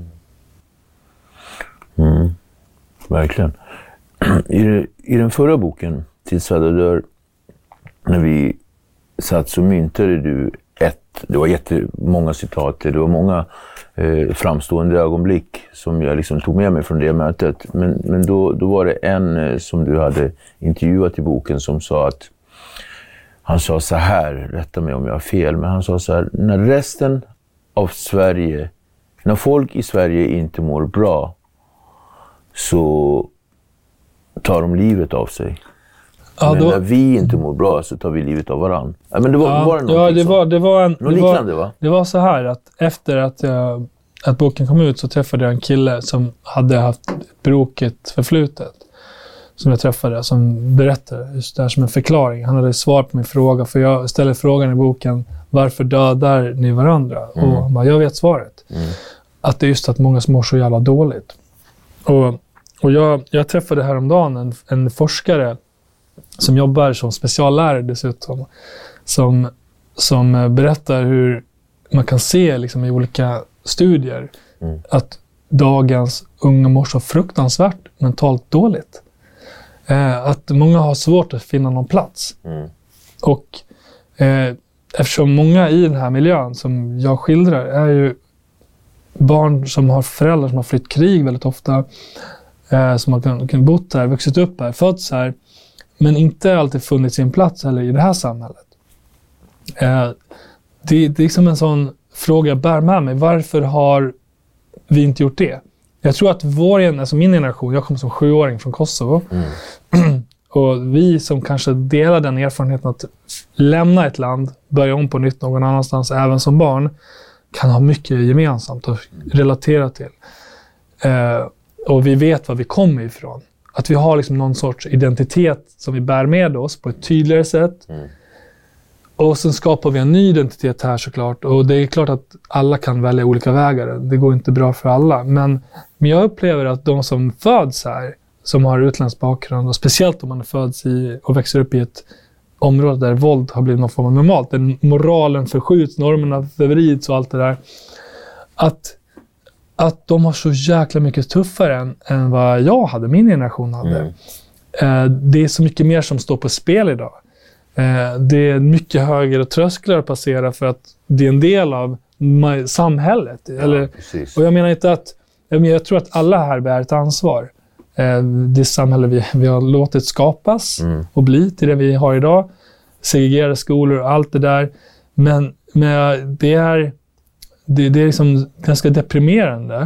Mm. Verkligen. I, I den förra boken, Tills alla dör, när vi satt så myntade du ett, det var jättemånga citat, det var många eh, framstående ögonblick som jag liksom tog med mig från det mötet. Men, men då, då var det en eh, som du hade intervjuat i boken som sa att, han sa så här, rätta mig om jag har fel, men han sa så här: när resten av Sverige, när folk i Sverige inte mår bra, så tar de livet av sig. Ja, men då, när vi inte mår bra så tar vi livet av varann. Ja, men det var, ja, var det ja, det var, det var en, något det liknande, var, va? Det var så här att efter att, jag, att boken kom ut så träffade jag en kille som hade haft ett brokigt förflutet. Som jag träffade, som berättade just det här som en förklaring. Han hade svar på min fråga, för jag ställde frågan i boken: varför dödar ni varandra? Mm. Och han bara, jag vet svaret. Mm. Att det är just att många mår så jävla dåligt. Och, och jag, jag träffade häromdagen en, en forskare som jobbar som speciallärare dessutom, som, som berättar hur man kan se liksom, i olika studier mm. att dagens unga mår så fruktansvärt mentalt dåligt. Eh, att många har svårt att finna någon plats. Mm. Och eh, eftersom många i den här miljön som jag skildrar är ju barn som har föräldrar som har flytt krig väldigt ofta, eh, som har kunnat bott här, vuxit upp här, fötts här, men inte alltid funnit sin plats heller i det här samhället. Eh, det, det är liksom en sån fråga jag bär med mig. Varför har vi inte gjort det? Jag tror att vår, alltså min generation, jag kom som sjuåring från Kosovo, mm. och vi som kanske delar den erfarenheten att lämna ett land, börja om på nytt någon annanstans, även som barn, kan ha mycket gemensamt att relatera till. Eh, och vi vet var vi kommer ifrån. Att vi har liksom någon sorts identitet som vi bär med oss på ett tydligare sätt. Mm. Och sen skapar vi en ny identitet här såklart. Och det är klart att alla kan välja olika vägar. Det går inte bra för alla. Men, men jag upplever att de som föds här, som har utländsk bakgrund, och speciellt om man föds i och växer upp i ett område där våld har blivit någon form av normalt, där moralen förskjuts, normerna förvrids och allt det där. Att, att de har så jäkla mycket tuffare än, än vad jag hade, min generation hade. Mm. Eh, det är så mycket mer som står på spel idag. Eh, det är mycket högre trösklar att passera för att det är en del av samhället. Ja, eller, och jag menar inte att, jag, menar, jag tror att alla här bär ett ansvar. Eh, det samhälle vi, vi har låtit skapas mm. och bli till det vi har idag. Segregerade skolor och allt det där. Men, men det är det, det är liksom ganska deprimerande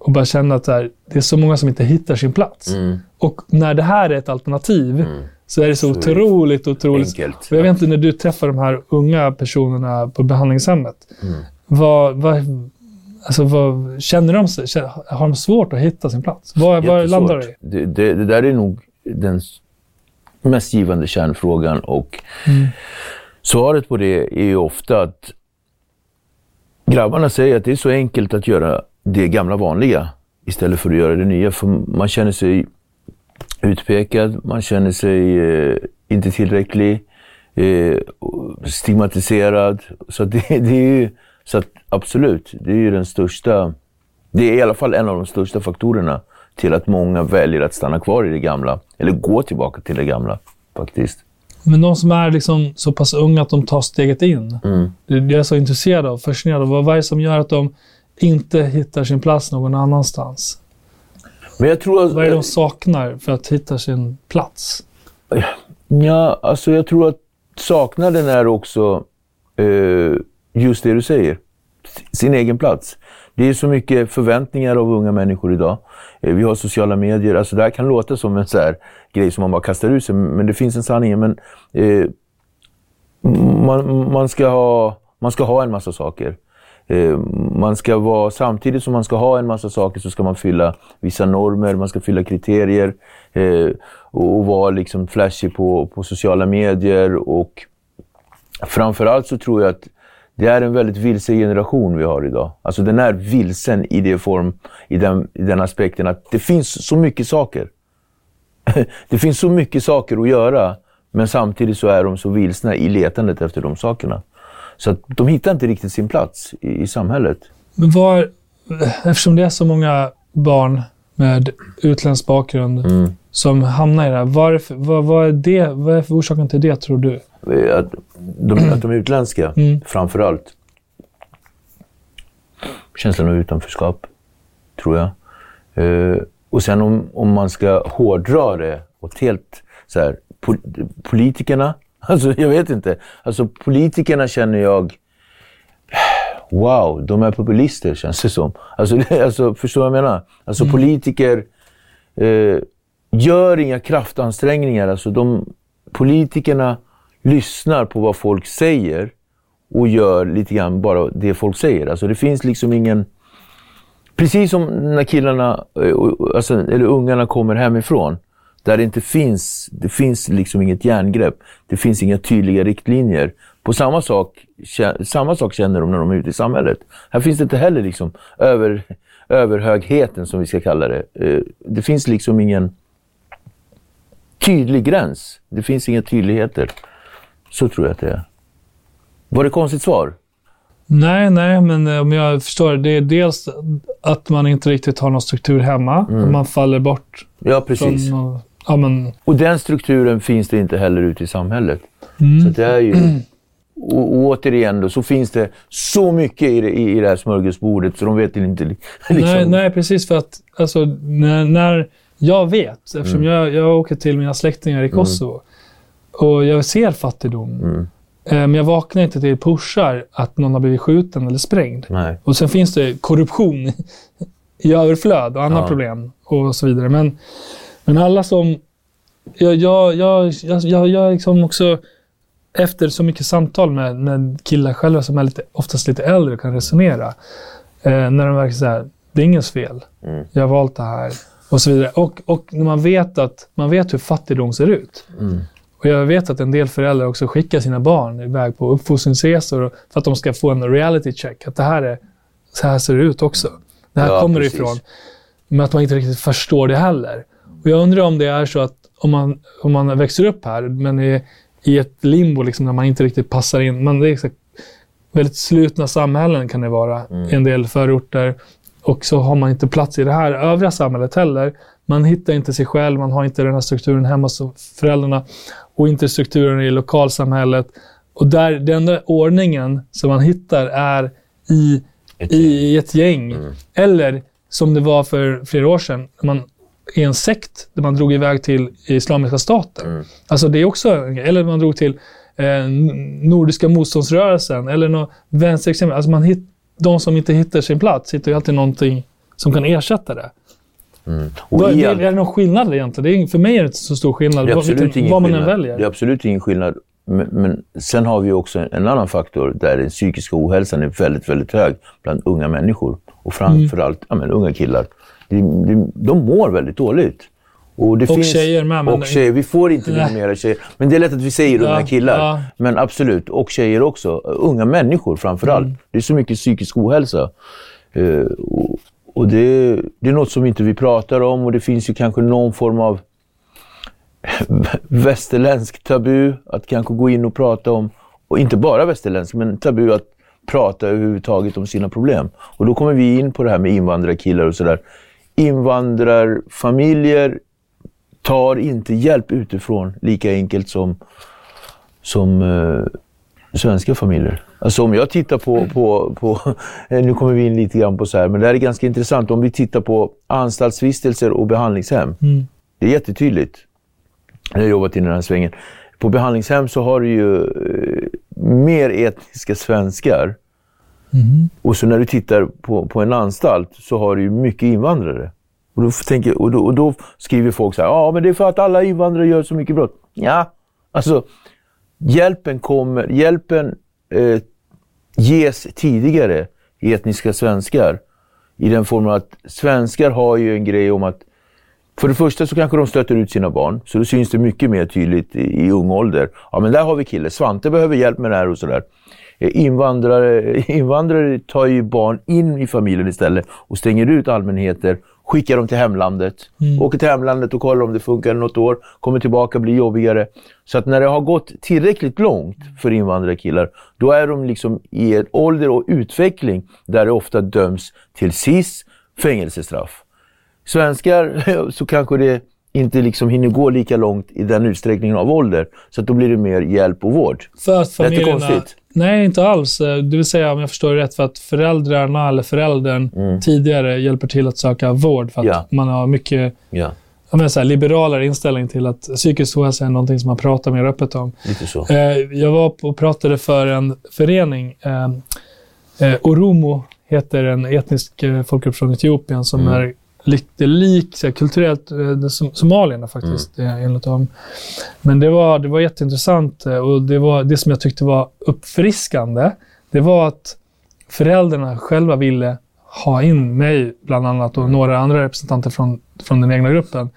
och bara känna att det är, det är så många som inte hittar sin plats. Mm. Och när det här är ett alternativ mm. så är det så, så otroligt, otroligt enkelt. Och jag vet inte, när du träffar de här unga personerna på behandlingshemmet, mm. vad, vad, alltså, vad känner de sig? Har de svårt att hitta sin plats? Vad, vad landar det i? Det, det, det där är nog den mest givande kärnfrågan, och mm. svaret på det är ju ofta att grabbarna säger att det är så enkelt att göra det gamla vanliga istället för att göra det nya. För man känner sig utpekad, man känner sig eh, inte tillräcklig, eh, stigmatiserad. Så det, det är ju, så att absolut, det är ju den största, det är i alla fall en av de största faktorerna till att många väljer att stanna kvar i det gamla, eller gå tillbaka till det gamla faktiskt. Men de som är liksom så pass unga att de tar steget in, mm. jag är så intresserad av, fascinerad av, vad är det som gör att de inte hittar sin plats någon annanstans? Men jag tror att, vad är det de saknar för att hitta sin plats? Ja, alltså jag tror att saknaden är också eh, just det du säger. Sin egen plats. Det är så mycket förväntningar av unga människor idag. Eh, vi har sociala medier. Alltså det här kan låta som en så här grej som man bara kastar ut sig. Men det finns en sanning. Men eh, man, man, ska ha, man ska ha en massa saker. Man ska vara, samtidigt som man ska ha en massa saker så ska man fylla vissa normer, man ska fylla kriterier eh, och, och vara liksom flashy på, på sociala medier. Och framförallt så tror jag att det är en väldigt vilse generation vi har idag. Alltså den är vilsen i det form, i den, i den aspekten att det finns så mycket saker. Det finns så mycket saker att göra, men samtidigt så är de så vilsna i letandet efter de sakerna. Så att de hittar inte riktigt sin plats i, i samhället. Men var, eftersom det är så många barn med utländsk bakgrund mm. som hamnar i det här, varför, vad, vad, är det, vad är för orsaken till det, tror du? Att de, att de är utländska, mm. framförallt. Känslan av utanförskap, tror jag. Uh, och sen om, om man ska hårdra det åt helt så här, pol- politikerna, alltså jag vet inte. Alltså politikerna känner jag, wow, de är populister känns det som. Alltså, det, alltså förstår jag vad jag menar? Alltså mm. politiker eh, gör inga kraftansträngningar. Alltså de politikerna lyssnar på vad folk säger och gör lite grann bara det folk säger. Alltså det finns liksom ingen, precis som när killarna alltså, eller ungarna kommer hemifrån, där det inte finns, det finns liksom inget järngrepp. Det finns inga tydliga riktlinjer. På samma sak, samma sak känner de när de är ute i samhället. Här finns det inte heller liksom över, överhögheten som vi ska kalla det. Det finns liksom ingen tydlig gräns. Det finns inga tydligheter. Så tror jag att det är. Var det konstigt svar? Nej, nej, men om jag förstår det, är dels att man inte riktigt har någon struktur hemma. Mm. Man faller bort. Ja, precis. Från, ja, men... Och den strukturen finns det inte heller ute i samhället. Mm. Så det är ju... Och, och återigen då, så finns det så mycket i det, i, i det här smörgåsbordet så de vet inte liksom... Nej, nej, precis, för att alltså, när, när jag vet, eftersom mm. jag, jag åker till mina släktingar i Kosovo mm. och jag ser fattigdom. Mm. Men jag vaknar inte till pushar att någon har blivit skjuten eller sprängd. Nej. Och sen finns det korruption i överflöd och andra ja. problem och så vidare. Men, men alla som... Jag, jag, jag, jag, jag liksom också efter så mycket samtal med, med killar själva som är lite, oftast lite äldre och kan resonera. Eh, när de verkar säga, det är ingens fel. Mm. Jag har valt det här. Och så vidare. Och, och när man vet, att, man vet hur fattigdom ser ut. Mm. Och jag vet att en del föräldrar också skickar sina barn iväg på uppfostringsresor för att de ska få en reality check. Att det här är, så här ser det ut också. Det här ja, kommer precis. ifrån. Men att man inte riktigt förstår det heller. Och jag undrar om det är så att om man, om man växer upp här men är i ett limbo liksom, där man inte riktigt passar in. Man, det är så, väldigt slutna samhällen kan det vara mm. i en del förorter. Och så har man inte plats i det här övriga samhället heller. Man hittar inte sig själv, man har inte den här strukturen hemma hos föräldrarna och inte strukturen i lokalsamhället. Och där, den där ordningen som man hittar är i ett gäng. I ett gäng. Mm. Eller som det var för flera år sedan, man, i en sekt där man drog iväg till Islamiska staten. Mm. Alltså det är också, eller man drog till eh, Nordiska motståndsrörelsen eller någon vänsterextrem. Alltså man hitt, de som inte hittar sin plats hittar ju alltid någonting som kan ersätta det. Mm. Och Då, är, är det någon skillnad egentligen? Det är, för mig är det inte så stor skillnad. Det är absolut vilken, ingen vad man än skillnad. väljer. Det är absolut ingen skillnad. Men, men sen har vi också en, en annan faktor där den psykiska ohälsan är väldigt, väldigt hög bland unga människor. Och framförallt mm. ja, men, unga killar. De, de, de mår väldigt dåligt. Och, det och finns, tjejer med. Men... Och tjejer. Vi får inte nominera tjejer. Men det är lätt att vi säger ja, unga killar. Ja. Men absolut. Och tjejer också. Unga människor framförallt. Mm. Det är så mycket psykisk ohälsa. Uh, och, och det, det är något som inte vi pratar om. Och det finns ju kanske någon form av västerländsk tabu att kanske gå in och prata om, och inte bara västerländsk, men tabu att prata överhuvudtaget om sina problem. Och då kommer vi in på det här med invandrarkillar och sådär. Invandrarfamiljer tar inte hjälp utifrån lika enkelt som, som eh, svenska familjer. Alltså om jag tittar på, på, på nu kommer vi in lite grann på så här, men det här är ganska intressant. Om vi tittar på anstaltsvistelser och behandlingshem. Mm. Det är jättetydligt. Jag har jobbat i den här svängen. På behandlingshem så har du ju eh, mer etniska svenskar. Mm. Och så när du tittar på, på en anstalt så har du ju mycket invandrare. Och då, tänker, och, då, och då skriver folk så här, ja men det är för att alla invandrare gör så mycket brott. Ja, alltså hjälpen kommer, hjälpen eh, ges tidigare i etniska svenskar. I den formen att svenskar har ju en grej om att för det första så kanske de stöter ut sina barn. Så då syns det mycket mer tydligt i, i ung ålder. Ja men där har vi kille. Svante behöver hjälp med det här och sådär. Invandrare, invandrare tar ju barn in i familjen istället. Och stänger ut allmänheter. Skickar dem till hemlandet. Mm. Åker till hemlandet och kollar om det funkar något år. Kommer tillbaka, blir jobbigare. Så att när det har gått tillräckligt långt för invandrarkillar. Då är de liksom i en ålder och utveckling. Där det ofta döms till S I S, fängelsestraff. Svenskar så kanske det inte liksom hinner gå lika långt i den utsträckningen av ålder. Så att då blir det mer hjälp och vård. För att familjerna... Det är konstigt. Nej, inte alls. Det vill säga, om jag förstår det rätt, för att föräldrarna eller föräldern mm. tidigare hjälper till att söka vård. För att ja. man har mycket ja. jag menar så här, liberalare inställning till att psykisk ohälsa är någonting som man pratar mer öppet om. Lite så. Jag var och pratade för en förening. Oromo heter en etnisk folkgrupp från Etiopien som mm. är lite lik så här, kulturellt som, somalierna faktiskt mm. enligt dem. Men det var, det var jätteintressant och det, var, det som jag tyckte var uppfriskande, det var att föräldrarna själva ville ha in mig bland annat och några andra representanter från, från den egna gruppen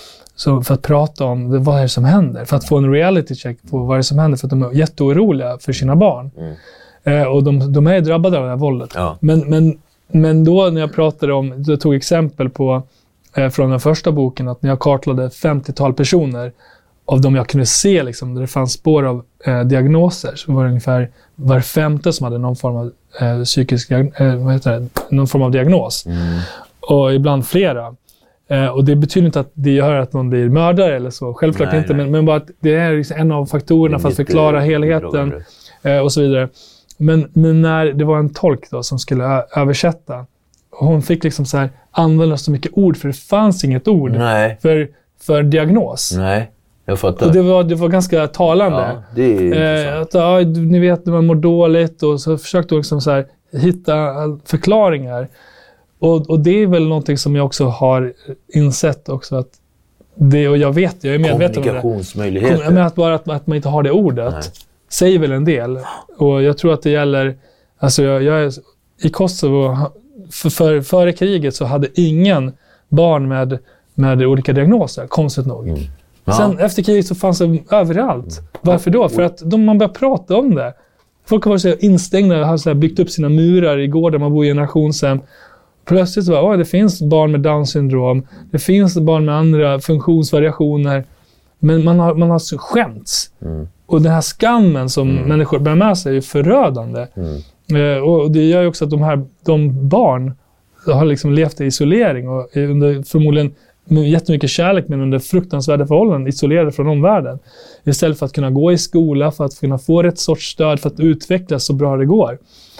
så för att prata om det, vad är det som händer, för att få en reality check på vad är det som händer, för att de är jätteoroliga för sina barn. Mm. Eh, och de, de är drabbade av det här våldet. Ja. Men, men Men då när jag pratade om, jag tog exempel på eh, från den första boken att när jag kartlade femtiotal personer av dem jag kunde se liksom, där det fanns spår av eh, diagnoser, så var det ungefär var femte som hade någon form av eh, psykisk eh, vad heter det? någon form av diagnos. Mm. Och ibland flera. Eh, och det betyder inte att det gör att någon blir mördare eller så, självklart nej, inte, nej. Men, men bara att det är liksom en av faktorerna för att förklara helheten eh, och så vidare. Men, men när det var en tolk då som skulle ö- översätta och hon fick liksom så här använda så mycket ord för det fanns inget ord Nej. För, för diagnos. Nej, jag fattar. Och det var, det var ganska talande. Ja, det är eh, att, ja, ni vet när man mår dåligt och så försökte hon liksom så här hitta förklaringar. Och, och det är väl någonting som jag också har insett också att det, och jag vet, jag är medveten om det. Kommunikationsmöjligheter. Jag menar att bara att, att man inte har det ordet. Nej. Säger väl en del. Och jag tror att det gäller, alltså jag, jag är, i Kosovo för, för, före kriget så hade ingen barn med, med olika diagnoser, konstigt nog. Mm. Ja. Sen efter kriget så fanns det överallt. Mm. Varför då? För att de, man börjar prata om det. Folk har varit så instängda och har så här byggt upp sina murar i gårdar man bor i generationshem. Plötsligt så bara, oj, det finns barn med Down syndrom. Det finns barn med andra funktionsvariationer. Men man har, man har skämts. Mm. Och den här skammen som mm. människor bär med sig är förödande. Mm. Eh, och det gör ju också att de här de barn har liksom levt i isolering och under förmodligen med jättemycket kärlek men under fruktansvärda förhållanden isolerade från omvärlden. Istället för att kunna gå i skola, för att kunna få rätt sorts stöd, för att utvecklas så bra det går.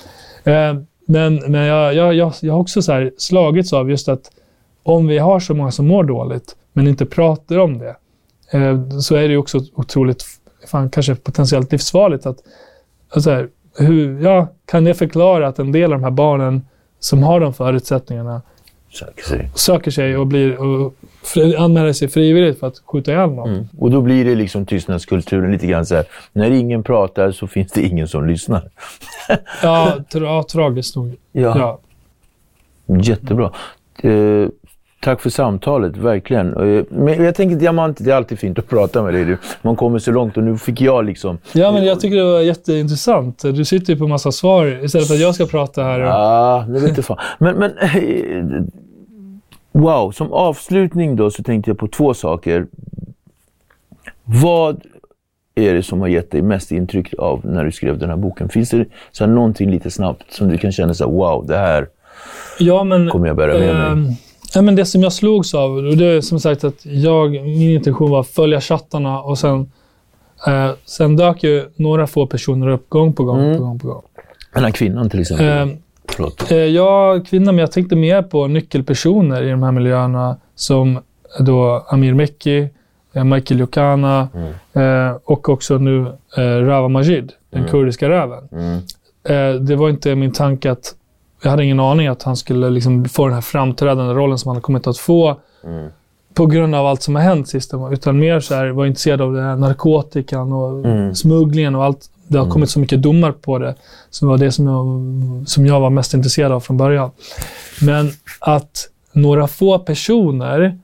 Eh, men men jag, jag, jag, jag har också så här slagits av just att om vi har så många som mår dåligt men inte pratar om det, eh, så är det ju också otroligt fan, kanske potentiellt livsfarligt att alltså, hur, ja, kan jag förklara att en del av de här barnen som har de förutsättningarna söker sig. Söker sig och, blir, och fri, anmäler sig frivilligt för att skjuta ihjäl någon. Mm. Och då blir det liksom tystnadskulturen lite grann så här. När ingen pratar så finns det ingen som lyssnar. ja, tra- ja, tragiskt nog. Ja. ja. Jättebra. Eh, tack för samtalet, verkligen. Eh, men jag tänker diamant, det är alltid fint att prata med dig. Du. Man kommer så långt och nu fick jag liksom... Ja, men jag tycker det var jätteintressant. Du sitter ju på massa svar istället för att jag ska prata här. Och... Ja, det vet inte fan. Men, men eh, wow, som avslutning då så tänkte jag på två saker. Vad är det som har gett dig mest intryck av när du skrev den här boken? Finns det så här någonting lite snabbt som du kan känna så här, wow, det här ja, men, kommer jag bära med äh, mig? Ja, men det som jag slogs av, och det är som sagt att jag, min intention var att följa chattarna och sen, äh, sen dök ju några få personer upp gång på gång mm. på gång på gång. Den här kvinnan till exempel. Äh, Äh, ja, kvinna, men jag tänkte mer på nyckelpersoner i de här miljöerna som då Amir Mekki, Michael Yokana mm. eh, och också nu eh, Rawa Majid, den mm. kurdiska räven. Mm. Eh, det var inte min tanke att, jag hade ingen aning att han skulle liksom få den här framträdande rollen som han har kommit att få mm. på grund av allt som har hänt sist. Utan mer så här, var intresserad av det här narkotikan och mm. smugglingen och allt. Det har mm. kommit så mycket domar på det som var det som jag, som jag var mest intresserad av från början. Men att några få personer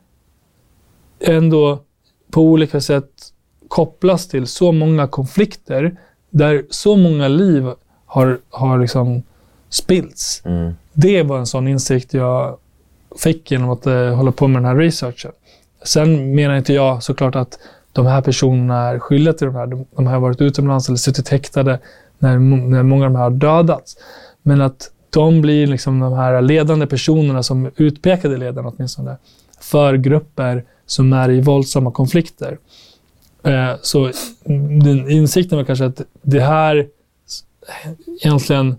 ändå på olika sätt kopplas till så många konflikter där så många liv har, har liksom spillts. Mm. Det var en sån insikt jag fick genom att uh, hålla på med den här researchen. Sen menar inte jag såklart att de här personerna är skyldiga till de här. De, de har varit utomlands eller suttit häktade när, när många av de här har dödats. Men att de blir liksom de här ledande personerna som utpekade ledarna åtminstone för grupper som är i våldsamma konflikter. Eh, så den insikten var kanske att det här egentligen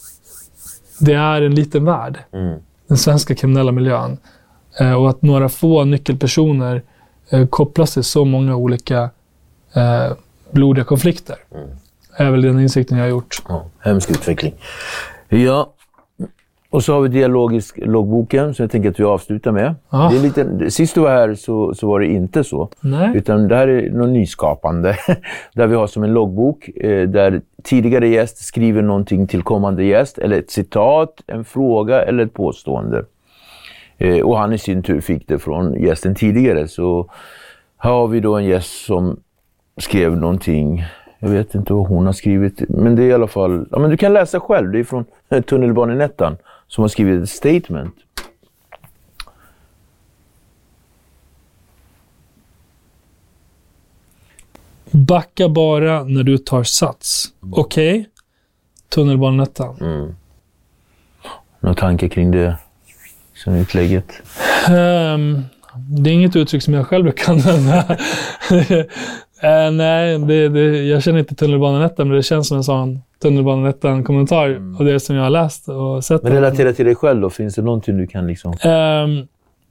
det är en liten värld. Mm. Den svenska kriminella miljön. Eh, och att några få nyckelpersoner eh, kopplas till så många olika eh, blodiga konflikter. Mm. Är väl den insikten jag har gjort. Ja, hemsk utveckling. Ja. Och så har vi dialogisk loggboken som jag tänker att vi avslutar med. Ah. Det är lite, sist du var här så, så var det inte så. Nej. Utan det här är något nyskapande. Där vi har som en loggbok eh, där tidigare gäst skriver någonting till kommande gäst. Eller ett citat, en fråga eller ett påstående. Eh, och han i sin tur fick det från gästen tidigare. Så här har vi då en gäst som skrev någonting. Jag vet inte vad hon har skrivit. Men det är i alla fall... Ja, men du kan läsa själv. Det är från Tunnelbanenettan som har skrivit ett statement. Backa bara när du tar sats. Okej? Okay. Tunnelbanenettan. Mm. Några tankar kring det som utlägget? Um, det är inget uttryck som jag själv kan använda. Uh, nej, det, det, jag känner inte Tunnelbanenettan, men det känns som en sån Tunnelbanenettan-kommentar mm. av det som jag har läst och sett. Men relatera till dig själv då? Finns det någonting du kan liksom... Um,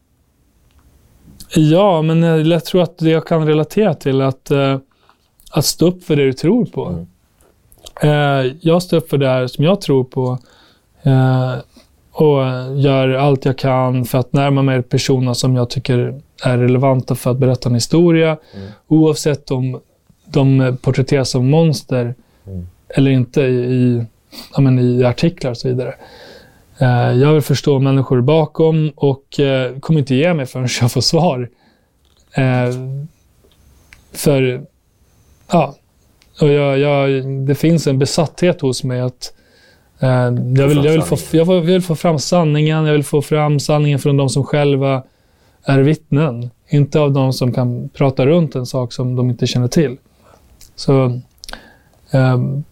ja, men jag, jag tror att det jag kan relatera till att, uh, att stå upp för det du tror på. Mm. Uh, jag står upp för det här som jag tror på uh, och gör allt jag kan för att närma mig personer som jag tycker är relevanta för att berätta en historia. Mm. Oavsett om de porträtteras som monster mm. eller inte i, i, ja, men i artiklar och så vidare. Uh, jag vill förstå människor bakom och uh, kommer inte ge mig förrän jag får svar. Uh, för ja, och jag, jag, det finns en besatthet hos mig att uh, jag, vill, jag, vill få, jag vill få fram sanningen. Jag vill få fram sanningen från de som själva är vittnen. Inte av de som kan prata runt en sak som de inte känner till. Så um,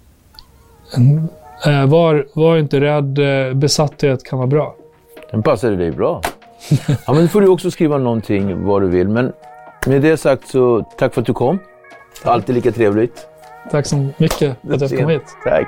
uh, var, var inte rädd. Uh, besatthet kan vara bra. Den passade dig bra. Ja, men får du också skriva någonting vad du vill. Men med det sagt så tack för att du kom. Alltid lika trevligt. Tack så mycket för att jag kom hit. Tack.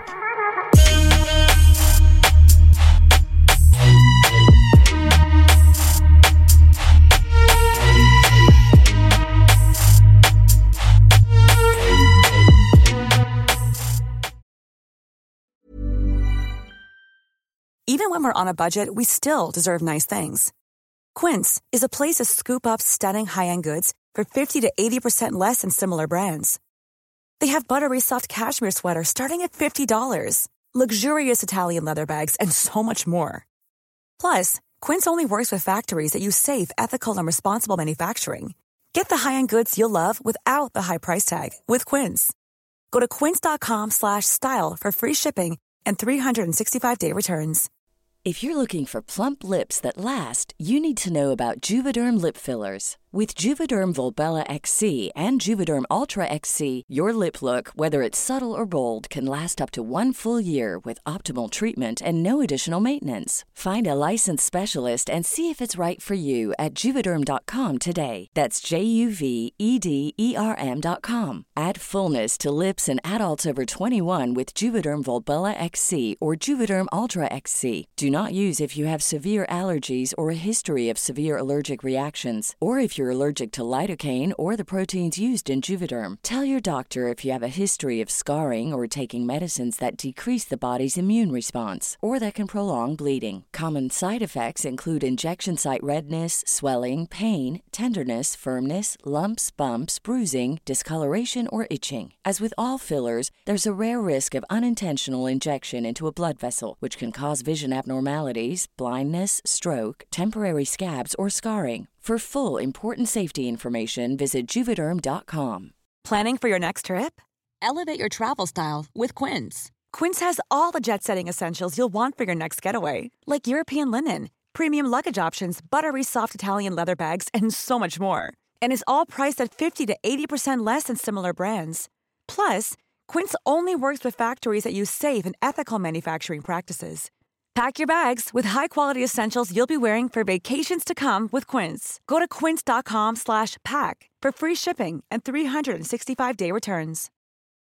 Even when we're on a budget, we still deserve nice things. Quince is a place to scoop up stunning high-end goods for fifty to eighty percent less than similar brands. They have buttery soft cashmere sweaters starting at fifty dollars, luxurious Italian leather bags, and so much more. Plus, Quince only works with factories that use safe, ethical, and responsible manufacturing. Get the high-end goods you'll love without the high price tag with Quince. Go to quince.com slash style for free shipping and three sixty-five day returns. If you're looking for plump lips that last, you need to know about Juvederm lip fillers. With Juvederm Volbella X C and Juvederm Ultra X C, your lip look, whether it's subtle or bold, can last up to one full year with optimal treatment and no additional maintenance. Find a licensed specialist and see if it's right for you at Juvederm dot com today. That's J U V E D E R M dot com. Add fullness to lips in adults over twenty-one with Juvederm Volbella X C or Juvederm Ultra X C. Do not use if you have severe allergies or a history of severe allergic reactions, or if you're allergic to lidocaine or the proteins used in Juvederm. Tell your doctor if you have a history of scarring or taking medicines that decrease the body's immune response or that can prolong bleeding. Common side effects include injection site redness, swelling, pain, tenderness, firmness, lumps, bumps, bruising, discoloration, or itching. As with all fillers, there's a rare risk of unintentional injection into a blood vessel, which can cause vision abnormalities, blindness, stroke, temporary scabs, or scarring. For full, important safety information, visit Juvederm dot com. Planning for your next trip? Elevate your travel style with Quince. Quince has all the jet-setting essentials you'll want for your next getaway, like European linen, premium luggage options, buttery soft Italian leather bags, and so much more. And is all priced at fifty to eighty percent less than similar brands. Plus, Quince only works with factories that use safe and ethical manufacturing practices. Pack your bags with high-quality essentials you'll be wearing for vacations to come with Quince. Go to quince.com slash pack for free shipping and three sixty-five day returns.